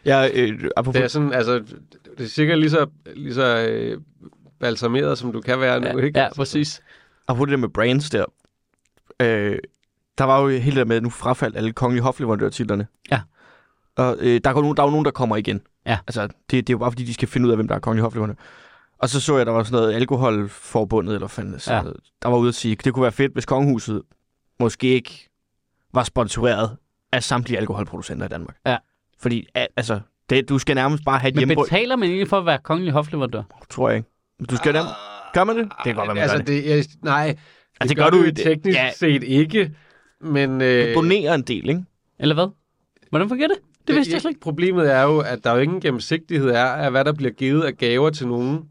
Jeg, øh, apropos... Det er sådan, altså, det er sikkert lige så, lige så øh, balsameret, som du kan være nu, ja, ikke? Ja, præcis. Apropos det der med brands der. Øh, der var jo helt det der med, at nu frafaldt alle kongelige hofleverandørtitlerne. Ja. Og øh, der er jo nogen, der er jo nogen, der kommer igen. Ja. Altså, det, det er jo bare fordi, de skal finde ud af, hvem der er kongelige hofleverandør. Og så så jeg, der var sådan noget alkoholforbundet, eller fanden, ja. Der var ude at sige, det kunne være fedt, hvis kongehuset måske ikke var sponsoreret af samtlige alkoholproducenter i Danmark. Ja. Fordi, altså, det, du skal nærmest bare have et Men hjemmebrug. betaler man egentlig for at være kongelig hofleverandør? Tror jeg ikke. Du skal nærmest... Gør man det? Det kan godt være, man altså, gør det. det jeg, nej, det, altså, gør, gør du du jo det? teknisk Ja. set ikke, men... Øh, Du donerer en del, ikke? Eller hvad? Hvordan fungerer det? Det vidste jeg slet ikke. Problemet er jo, at der jo ingen gennemsigtighed er af, hvad der bliver givet af gaver til nogen.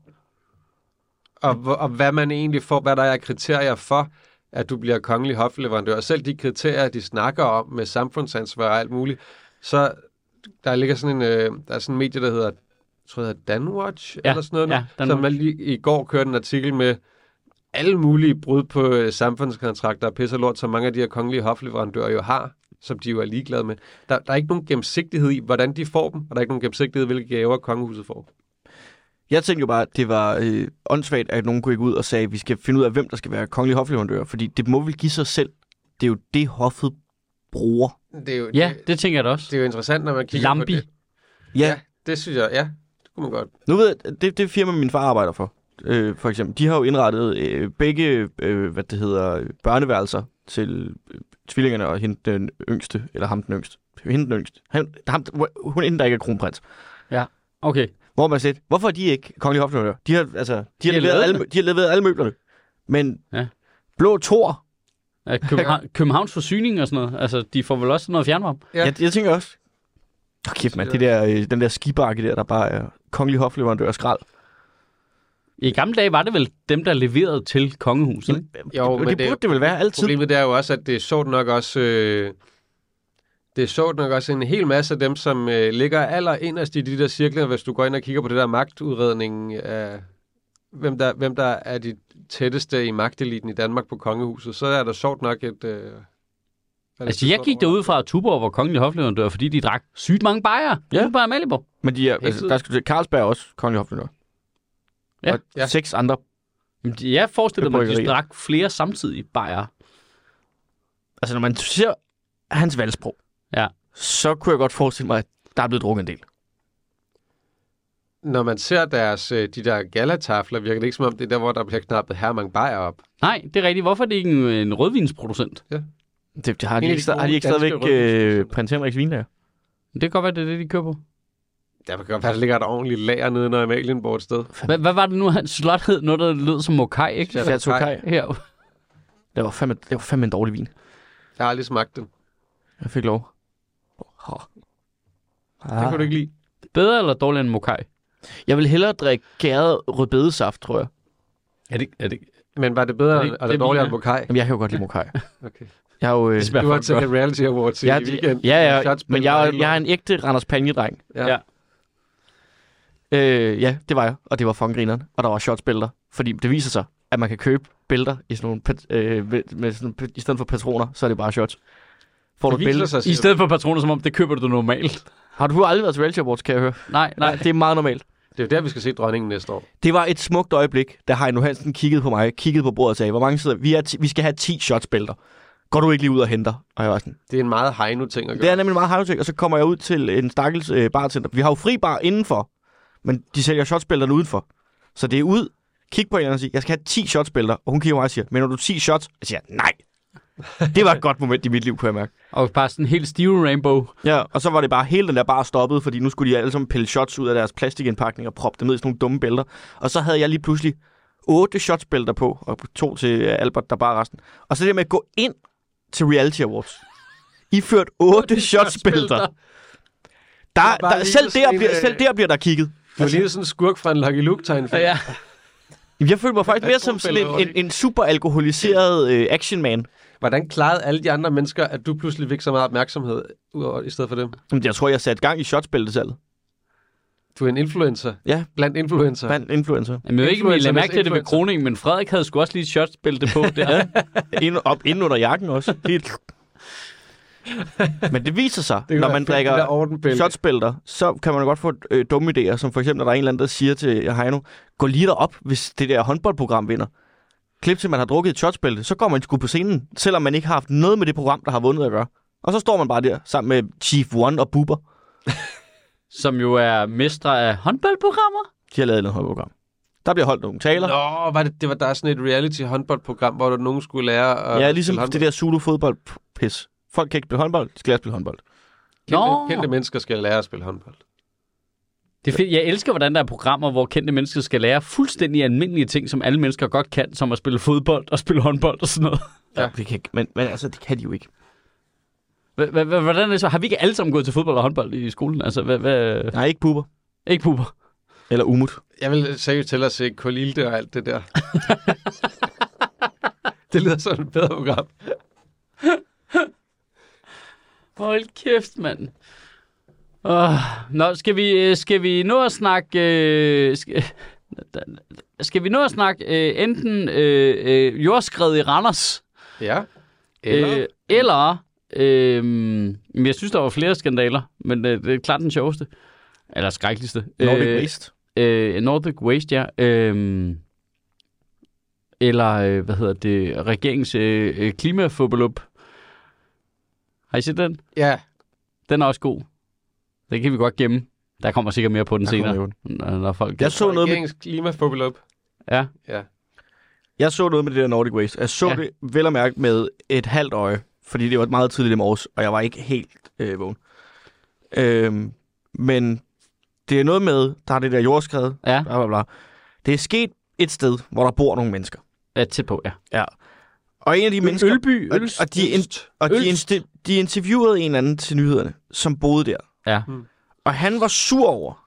Og, og hvad man egentlig får, hvad der er kriterier for, at du bliver kongelig hofleverandør. Og selv de kriterier, de snakker om med samfundsansvar og alt muligt, så der ligger sådan en, øh, der er sådan en medie, der hedder, jeg tror, det hedder Danwatch, ja, eller sådan noget, ja, nu, som man lige i går kørte en artikel med alle mulige brud på øh, samfundskontrakter og pisse og lort, som mange af de her kongelige hofleverandører jo har, som de jo er ligeglade med. Der, der er ikke nogen gennemsigtighed i, hvordan de får dem, og der er ikke nogen gennemsigtighed i, hvilke gaver kongehuset får. Jeg tænkte jo bare, at det var øh, åndssvagt, at nogen kunne gå ud og sagde, at vi skal finde ud af, hvem der skal være kongelig hofleverandør, fordi det må vel give sig selv. Det er jo det, hoffet bruger. Det er jo, Ja, det, det tænker jeg da også. det er jo interessant, når man kigger Lambi. på det. Ja, Ja, det synes jeg, ja. Det kunne man godt. nu ved jeg, det, det firma, min far arbejder for, øh, for eksempel, de har jo indrettet øh, begge, øh, hvad det hedder, børneværelser til øh, tvillingerne og hende den yngste, eller ham den yngste. Hende den yngste. Han, ham, hun inden der ikke er kronprins. Okay. Hvor man siger, hvorfor er de ikke kongelige hofleverandør? De har, altså, de har, De har leveret lavet alle, det. de har leveret alle møblerne. Men Ja. Blå Thor, Ja, København, Københavns Forsyning og sådan noget. Altså, de får vel også noget fjernvarme? Ja. jeg, jeg tænker også, oh, kæft mand, det der, øh, den der skibakke der, der bare er kongelig hofleverandør og skrald. I gamle dage var det vel dem, der leverede til kongehuset, ikke? Jo, Jo, men det det- burde det vel være altid. Problemet det er jo også, at det er sjovt nok også... Øh, det er sjovt nok også en hel masse af dem, som øh, ligger aller inderst i de der cirkler, hvis du går ind og kigger på det der magtudredning af, hvem der, hvem der er de tætteste i magteliten i Danmark på kongehuset, så er der sjovt nok et... Øh, Altså, jeg gik derud fra, at Tuborg var kongelig hofleverandør, fordi de drak sygt mange bajere. Ja. Ja. Bare Malibu. Men de er, Helt altså, tiden. der skal til Carlsberg er også kongelig hofleverandør. Ja. Og Ja. seks andre. Men de- Jeg forestiller mig, at de Bryggerier. drak flere samtidig bajere. Altså, når man ser hans valgsprog, Ja. så kunne jeg godt forestille mig, at der er blevet drukket en del. Når man ser deres, øh, de der galatafler, virker det ikke som om, det er der, hvor der bliver knappet Hermann Bayer op. Nej, det er rigtigt. Hvorfor er det ikke en, en rødvinsproducent? Det, det har, En de af ikke, de sta- har de ikke gode stadigvæk danske øh, rødvinsproducenter. prins Henriks vinlager? Det kan godt være, det er det, de køber. Der kan godt være, der ligger et ordentligt lager nede, når Amalienborg et sted. Hvad, hvad var det nu, hans slot hed? Noget, der lød som Mokai, ikke? Ja. Chateau Kai. Her. Det var fandme, det var fandme en dårlig vin. Jeg har aldrig smagt den. Jeg fik lov. Oh. Den kunne du ikke lide. Bedre eller dårligere end Mokai? Jeg vil hellere drikke gæret rødbedesaft, tror jeg. Er det, er det, Men var det bedre, Er og det- det, det det dårligere viner? end Mokai? Jamen, jeg kan jo godt lide mokai. Okay. Jeg er jo... Øh, det smager Du har fucking til godt. Reality Awards i jeg, weekend. ja, ja, Shotsspil men jeg, var er- helt jeg er lort. en ægte Randers Panje-dreng. Ja. Ja. Øh, ja, det var jeg, og det var fucking grineren. Og der var shotsbælter, fordi det viser sig, at man kan købe bælter i sådan nogle pet, øh, med, med sådan, i stedet for patroner, så er det bare shots. Får du Det et viser bælte? sig, I siger stedet for patroner, som om det køber du normalt. Har du aldrig været til Reality Awards, kan jeg høre? Nej, nej. Nej, det er meget normalt. du. Det er jo der, vi skal se dronningen næste år. Det var et smukt øjeblik, da Heino Hansen kiggede på mig, kiggede på bordet og sagde, hvor mange sidder vi? Er ti- vi skal have ti shotsbælter. Går du ikke lige ud og henter? Og jeg var sådan, Det er en meget Heino-ting at gøre. det er nemlig meget Heino-ting, og så kommer jeg ud til en stakkels øh, bartender. Vi har jo fri bar indenfor, men de sælger shotsbælterne udenfor. Så det er ud, kig på hende og sige, jeg skal have ti shotsbælter, og hun kigger på mig og siger, mener du ti shots? Jeg siger, nej. Det var et godt moment i mit liv, kunne jeg mærke. Og bare sådan en helt stive rainbow. Ja, og så var det bare hele den der bar stoppet, fordi nu skulle de alle sammen pille shots ud af deres plastikindpakning og proppe dem ned i sådan nogle dumme bælter. Og så havde jeg lige pludselig otte shotsbælter på, og to til øh, Albert, der bare resten. Og så det med at gå ind til Reality Awards. I ført otte shotsbælter. Der, bare der, lige selv, sådan der en, bliver, øh, selv der bliver der kigget. Du er lige sådan en skurk fra en Lucky Luke-tegnfilm. Ja. Jamen, jeg følte mig faktisk mere som sådan en, en, en super alkoholiseret øh, actionman. Hvordan klarede alle de andre mennesker, at du pludselig fik så meget opmærksomhed udover, i stedet for dem? Jamen, jeg tror, jeg satte gang i shotsbæltesalget. Du er en influencer. Ja. Blandt influencer. Blandt influencer. Jamen, jeg ved ikke, om I lagde mærke til det ved Influencernes kroningen, men Frederik havde sgu også lige et shotsbælte på der. Ind, op, inden under jakken også. Helt. Men det viser sig, Det når kunne man være fedt, det der drikker Ordenbælge. shotsbælter, så kan man godt få øh, dumme idéer, som for eksempel, når der er en eller anden, der siger til Heino, gå lige derop, hvis det der håndboldprogram vinder. Klip til, man har drukket et shotsbælte, så går man sgu på scenen, selvom man ikke har haft noget med det program, der har vundet at gøre. Og så står man bare der, sammen med Chief One og Bubber. Som jo er mestre af håndboldprogrammer. De har lavet et håndboldprogram. Der bliver holdt nogle taler. Nå, var det, det var der er sådan et reality-håndboldprogram, hvor der nogen skulle lære at Ja, ligesom spille det der Zulu-fodbold-pis. Folk kan ikke spille håndbold, de skal lære at spille håndbold. Nå. Kendte, kendte mennesker skal lære at spille håndbold. Det er fedt. Jeg elsker, hvordan der er programmer, hvor kendte mennesker skal lære fuldstændig almindelige ting, som alle mennesker godt kan, som at spille fodbold og spille håndbold og sådan noget. Ja. Det kan, men, men altså, det kan de jo ikke. H- h- hvordan er det så? Har vi ikke alle sammen gået til fodbold og håndbold i skolen? Altså, hvad, hvad... Nej, ikke Bubber. Ikke puber. Eller Umut. Jeg vil seriøst til at se Kolilde og alt det der. Det lyder sådan et bedre program. Hold kæft, mand. Oh, nå, skal vi, skal vi nå at snakke... Øh, skal, skal vi nå at snakke øh, enten øh, øh, jordskred i Randers, Ja. Eller... øh, eller øh, men jeg synes, der var flere skandaler, men øh, det er klart den sjoveste. Eller skrækkeligste. Nordic Øh, Waste. Øh, Nordic Waste, ja. Øh, eller, øh, hvad hedder det, regeringens øh, øh, klimafåbelup. Har I set den? Ja. Den er også god. Den kan vi godt gemme. Der kommer sikkert mere på den Der senere. kommer Når, når folk... Jeg så noget med, Regeringens klimafåbelup. Ja. Ja. jeg så noget med det der Nordic Waste. Jeg så Ja. ja. det vel at mærke med et halvt øje, fordi det var meget tidligt i morges, og jeg var ikke helt øh, vågen. Øhm, men det er noget med, der er det der jordskred, Ja, bla bla bla. Det er sket et sted, hvor der bor nogle mennesker. jeg er tæt på, ja. Ja. Og en af de mennesker... Ølby, og, Ølst. og, de, in, og de, insti, de interviewede en anden til nyhederne, som boede der. Ja. Og han var sur over,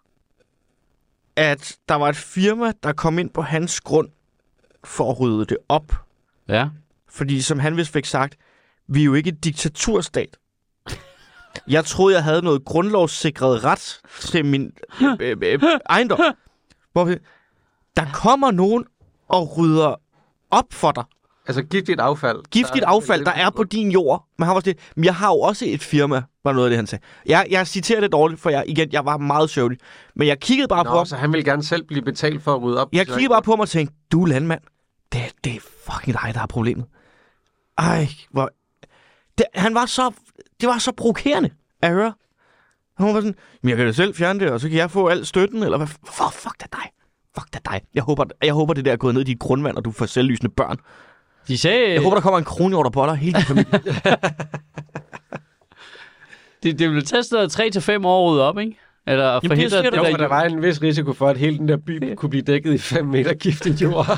at der var et firma, der kom ind på hans grund for at rydde det op. Ja. Fordi som han vist fik sagt, vi er jo ikke et diktaturstat. Jeg troede, jeg havde noget grundlovssikret ret til min øh, øh, ejendom. Hvor vi, der kommer nogen og rydder op for dig. Altså giftigt affald. Giftigt affald, der er på din jord. Men han var sådan, men jeg har jo også et firma, var noget af det, han sagde. Jeg, jeg citerer det dårligt, for jeg, igen, jeg var meget søvnig. Men jeg kiggede bare Nå, på ham. så han ville gerne selv blive betalt for at rydde op. Jeg kiggede bare på ham og tænkte, du er landmand. Det, det er fucking dig, der er problemet. Ej, hvor... Det, han var så... Det var så provokerende at høre. Han var sådan, men jeg kan da selv fjerne det, og så kan jeg få al støtten, eller hvad? For, fuck da dig. Fuck da dig. Jeg håber, jeg håber det der er gået ned i dit grundvand, og du får selvlysende børn. De sagde... Jeg håber, der kommer en kronhjorter på dig, hele din familie. det, det ville tage sådan tre til fem år at rydde op, ikke? Eller det forhindre siger det, du. Jo, der... for der var en vis risiko for, at hele den der by kunne blive dækket i fem meter giftig jord.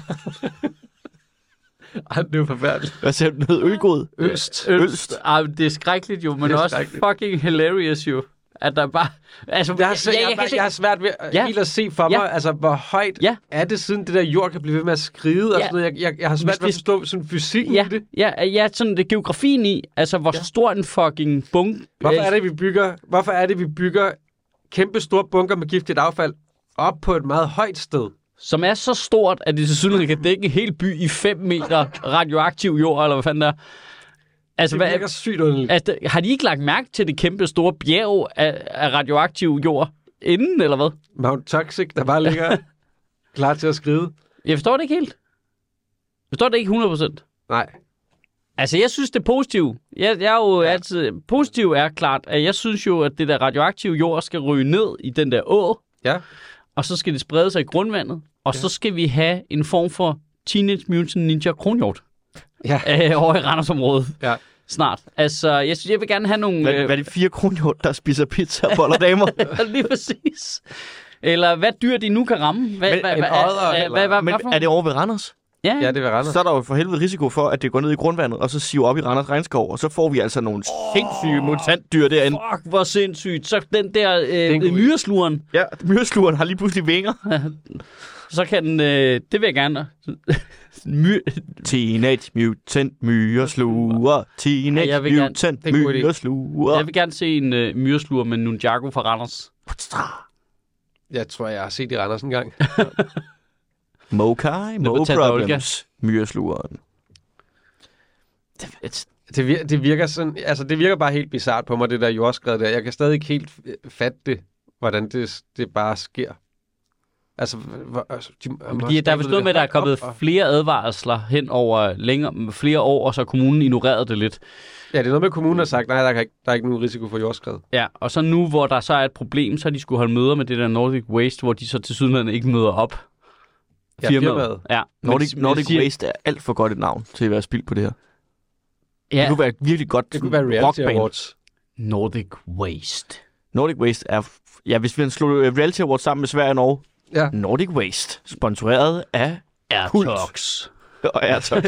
Ej, det er jo forfærdeligt. Hvad siger du? Noget ølgod? Øst. Ølst. Ej, det er skrækkeligt jo, men Det er også skrækkeligt. fucking hilarious jo. At der bare... Altså, Jeg har, svært, ja, jeg, jeg kan jeg, se- jeg har svært ved Ja. ja. helt at se for Ja. mig, altså hvor højt Ja. er det, siden det der jord kan blive ved med at skride og Ja. sådan noget. Jeg, jeg, jeg har Hvis svært ved at det- forstå sådan fysikken Ja, i det. ja, ja, sådan det geografien i, altså hvor Ja. stor en fucking bunk... Hvorfor er det, vi bygger, hvorfor er det, vi bygger kæmpe store bunker med giftigt affald op på et meget højt sted? Som er så stort, at det til synligheden kan dække en hel by i fem meter radioaktiv jord, eller hvad fanden der. Altså, Det hvad, virker sygt underligt. altså, har de ikke lagt mærke til det kæmpe store bjerg af, af radioaktiv jord inden, eller hvad? Mount Toxic, der bare ligger klar til at skride. Jeg forstår det ikke helt. Jeg forstår det ikke hundrede procent. Nej. Altså, jeg synes, det er positivt. Jeg, jeg er jo Ja. ja. altid... Positivt er klart, at jeg synes jo, at det der radioaktive jord skal ryge ned i den der å, Ja. og så skal det sprede sig i grundvandet, og Ja. så skal vi have en form for Teenage Mutant Ninja kronhjort Ja. øh, over i Randersområdet Ja. snart. Altså, jeg synes, jeg vil gerne have nogle... Hvad, øh, hvad er det fire kronhjort, der spiser pizza og boller damer? lige præcis. Eller hvad dyr de nu kan ramme. Hvad, Men hvad, en hvad, odder, hvad, eller- hvad, hvad, Men hvad for er det over ved Randers? Ja, Ja, det vil rende. Så er der jo for helvede risiko for, at det går ned i grundvandet, og så siver op i Randers regnskov, og så får vi altså nogle sindssyge mutantdyr derinde. Fuck, hvor sindssygt. Så den der en god øh, idé. myresluren, Ja, myreslugeren har lige pludselig vinger. så kan den... Øh, det vil jeg gerne. My, Teenage Mutant Myresluger. Teenage Ja, jeg vil gerne- Mutant det er en god idé. Myresluger. jeg vil gerne se en øh, myresluger med Nunjago fra Randers. Jeg tror, jeg har set i Randers en gang. Mokai, må Mo tage dig, Problems, myreslugeren. Det, Det virker, det virker sådan, altså det virker bare helt bizart på mig, det der jordskred der. Jeg kan stadig ikke helt fatte det, hvordan det, det bare sker. Altså, hvor, altså de, de, der er vist noget med, at der er kommet og... flere advarsler hen over længere, flere år, og så kommunen ignorerede det lidt. Ja, det er noget med, at kommunen har sagt, nej, der er ikke, der er ikke nogen risiko for jordskred. Ja, og så nu, hvor der så er et problem, så de skulle holde møder med det der Nordic Waste, hvor de så til sydenlandet ikke møder op. Ja, firmaet. Ja. Nordic, Nordic siger... Waste er alt for godt et navn til at være spildt på det her. Ja. Det kunne være virkelig godt. Det kunne være Reality Awards. Nordic Waste. Nordic Waste er... Ja, hvis vi slår Reality Awards sammen med Sverige og Norge. Ja. Nordic Waste. Sponsoreret af... Airtox. Og Airtox.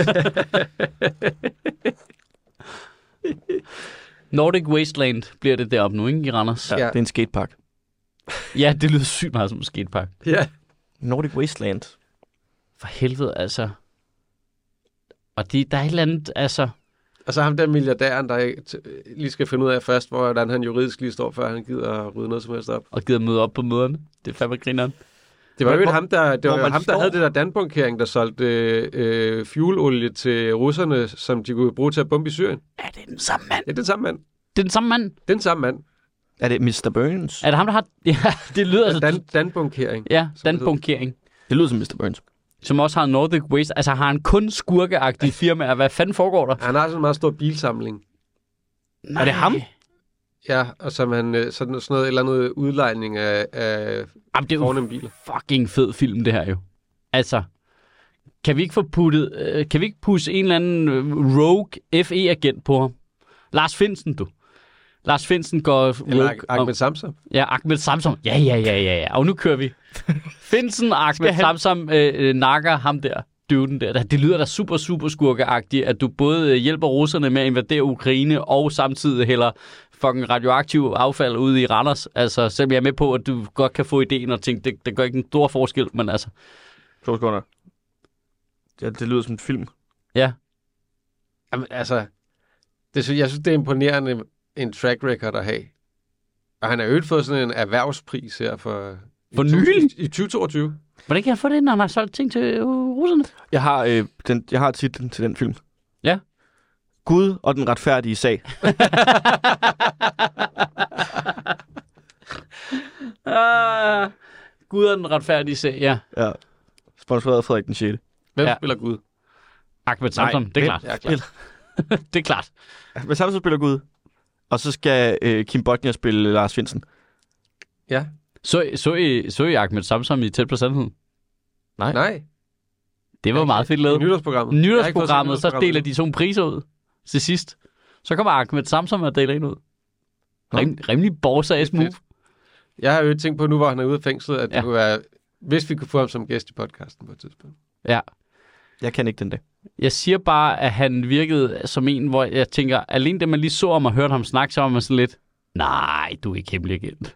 Nordic Wasteland bliver det deroppe nu, ikke? I Randers. Ja, ja. Det er en skatepark. Ja, det lyder sygt meget som en skatepark. Ja. Nordic Wasteland. For helvede, altså. Og de, der er et eller andet, altså... Og så ham der milliardæren, der ikke lige skal finde ud af først, hvordan han juridisk lige står, før han gider at rydde noget som helst op. Og gider møde op på møderne. Det er fandme grineren. Det var jo ham, der, det var jo ham, der havde det der danbunkering, der solgte øh, fuelolie til russerne, som de kunne bruge til at bombe i Syrien. Ja, det er den samme mand. Ja, det er den samme mand. Det er den samme mand. Det er den samme mand. Er det mister Burns? Er det ham, der har... Ja, det lyder... Altså... Dan, danbunkering. Ja, danbunkering. Det lyder som mister Burns. Som også har Nordic Waste. Altså har han kun skurkeagtige firmaer. Hvad fanden foregår der? Han har sådan en meget stor bilsamling. Nej. Er det ham? Ja, og som han sådan noget eller andet udlejning af, af Jamen, det er jo biler. Fucking fed film, det her jo. Altså, kan vi ikke få puttet... Øh, kan vi ikke pusse en eller anden rogue F E-agent på ham? Lars Findsen, du. Lars Findsen går... Eller rogue, Ahmed Samsam. Ja, Ahmed Samsam. Ja, ja, ja, ja, ja. Og nu kører vi. Findsen og Ahmed Samsam øh, nakker ham der. Døden der. Det lyder da super, super skurkeagtigt, at du både hjælper russerne med at invadere Ukraine, og samtidig hælder fucking radioaktiv affald ude i Randers. Altså, selvom jeg er med på, at du godt kan få ideen og tænke, det, det gør ikke en stor forskel, men altså... To sekunder. Ja, det lyder som en film. Ja. Jamen, altså... Det, jeg synes, det er imponerende en track record at have. Og han har jo fået sådan en erhvervspris her for... For nylig? I tyve toogtyve. Hvordan kan han få det, når han har solgt ting til russerne? Jeg har, øh, den, jeg har titlen til den film. Ja. Gud og den retfærdige sag. ah, Gud og den retfærdige sag, ja. Ja. Sponsoreret af Frederik den sjette. Hvem ja. spiller Gud? Ahmed Samsam, det er klart. Ja, klart. det er klart. Ahmed Samsam spiller Gud. Og så skal øh, Kim Bodnia spille Lars Findsen. Ja. Så, så, I, så I Ahmed Samsam i Tæt på Sandheden? Nej. Nej. Det var meget fedt lavet. I nytårsprogrammet. Nytårsprogrammet, så deler de sådan priser ud til sidst. Så kommer Ahmed Samsam og deler en ud. Rim, rimelig borgsags move. Jeg har jo tænkt på nu, hvor han er ude af fængslet, at det ja. kunne være, hvis vi kunne få ham som gæst i podcasten på et tidspunkt. Ja. Jeg kan ikke den dag. Jeg siger bare, at han virkede som en, hvor jeg tænker, alene det, man lige så ham og hørte ham snakke, så var man sådan lidt, nej, du er ikke hemmelig agent.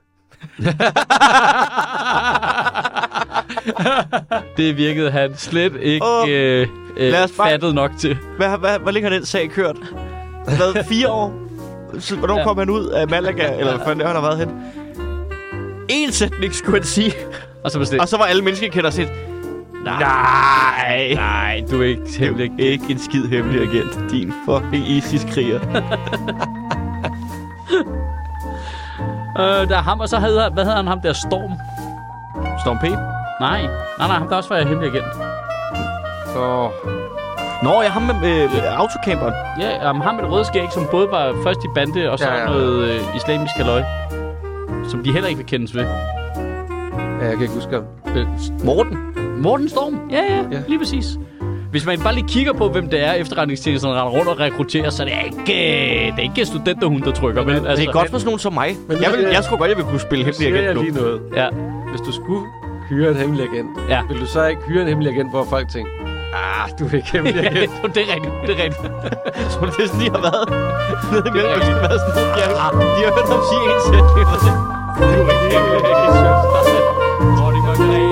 Det virkede han slet ikke oh, øh, øh, fattet bare... nok til. Hvad, hvad, hvor længe har den sag kørt? Hvad, fire år? Så, hvornår ja. kom han ud af Malaga? Eller hvad fanden han har været hen? En sætning skulle han sige. Og så, og så var alle menneskekender set. Nej, nej, nej, du er ikke hemmelig agent. Ikke en skid hemmelig agent. Din fucking ISIS-kriger. øh, der er ham, og så hedder, hvad hedder han ham der? Storm? Storm P? Nej, nej, nej, ham der også var hemmelig agent. Så... Nå, jeg har med øh, autocamperen. Ja, um, ham med det røde skæg, som både var først i bande, og så ja, ja. noget øh, islamisk halløj. Som de heller ikke vil kendes ved. Ja, jeg kan ikke huske ham. Øh, Morten? Morten Storm? Ja, ja, ja, lige præcis. Hvis man bare lige kigger på, hvem det er, efterretningstjenesten render rundt og rekrutterer, så det er ikke, det er ikke studenterhund, der trykker. Men, altså, det er godt for sådan nogen som mig. Men jeg, vil, jeg, jeg tror godt, jeg vil kunne spille hemmelig agent. Lige noget. Ja. Hvis du skulle hyre en hemmelig agent, ja. vil du så ikke hyre en hemmelig agent, hvor folk tænker, ah, du er ikke hemmelig agent. Det er rigtigt, det er rigtigt. Så det sådan, de har været nede imellem, og de har været sådan, de har, de har hørt ham sige en sætning, og så, du er ikke hemmelig agent.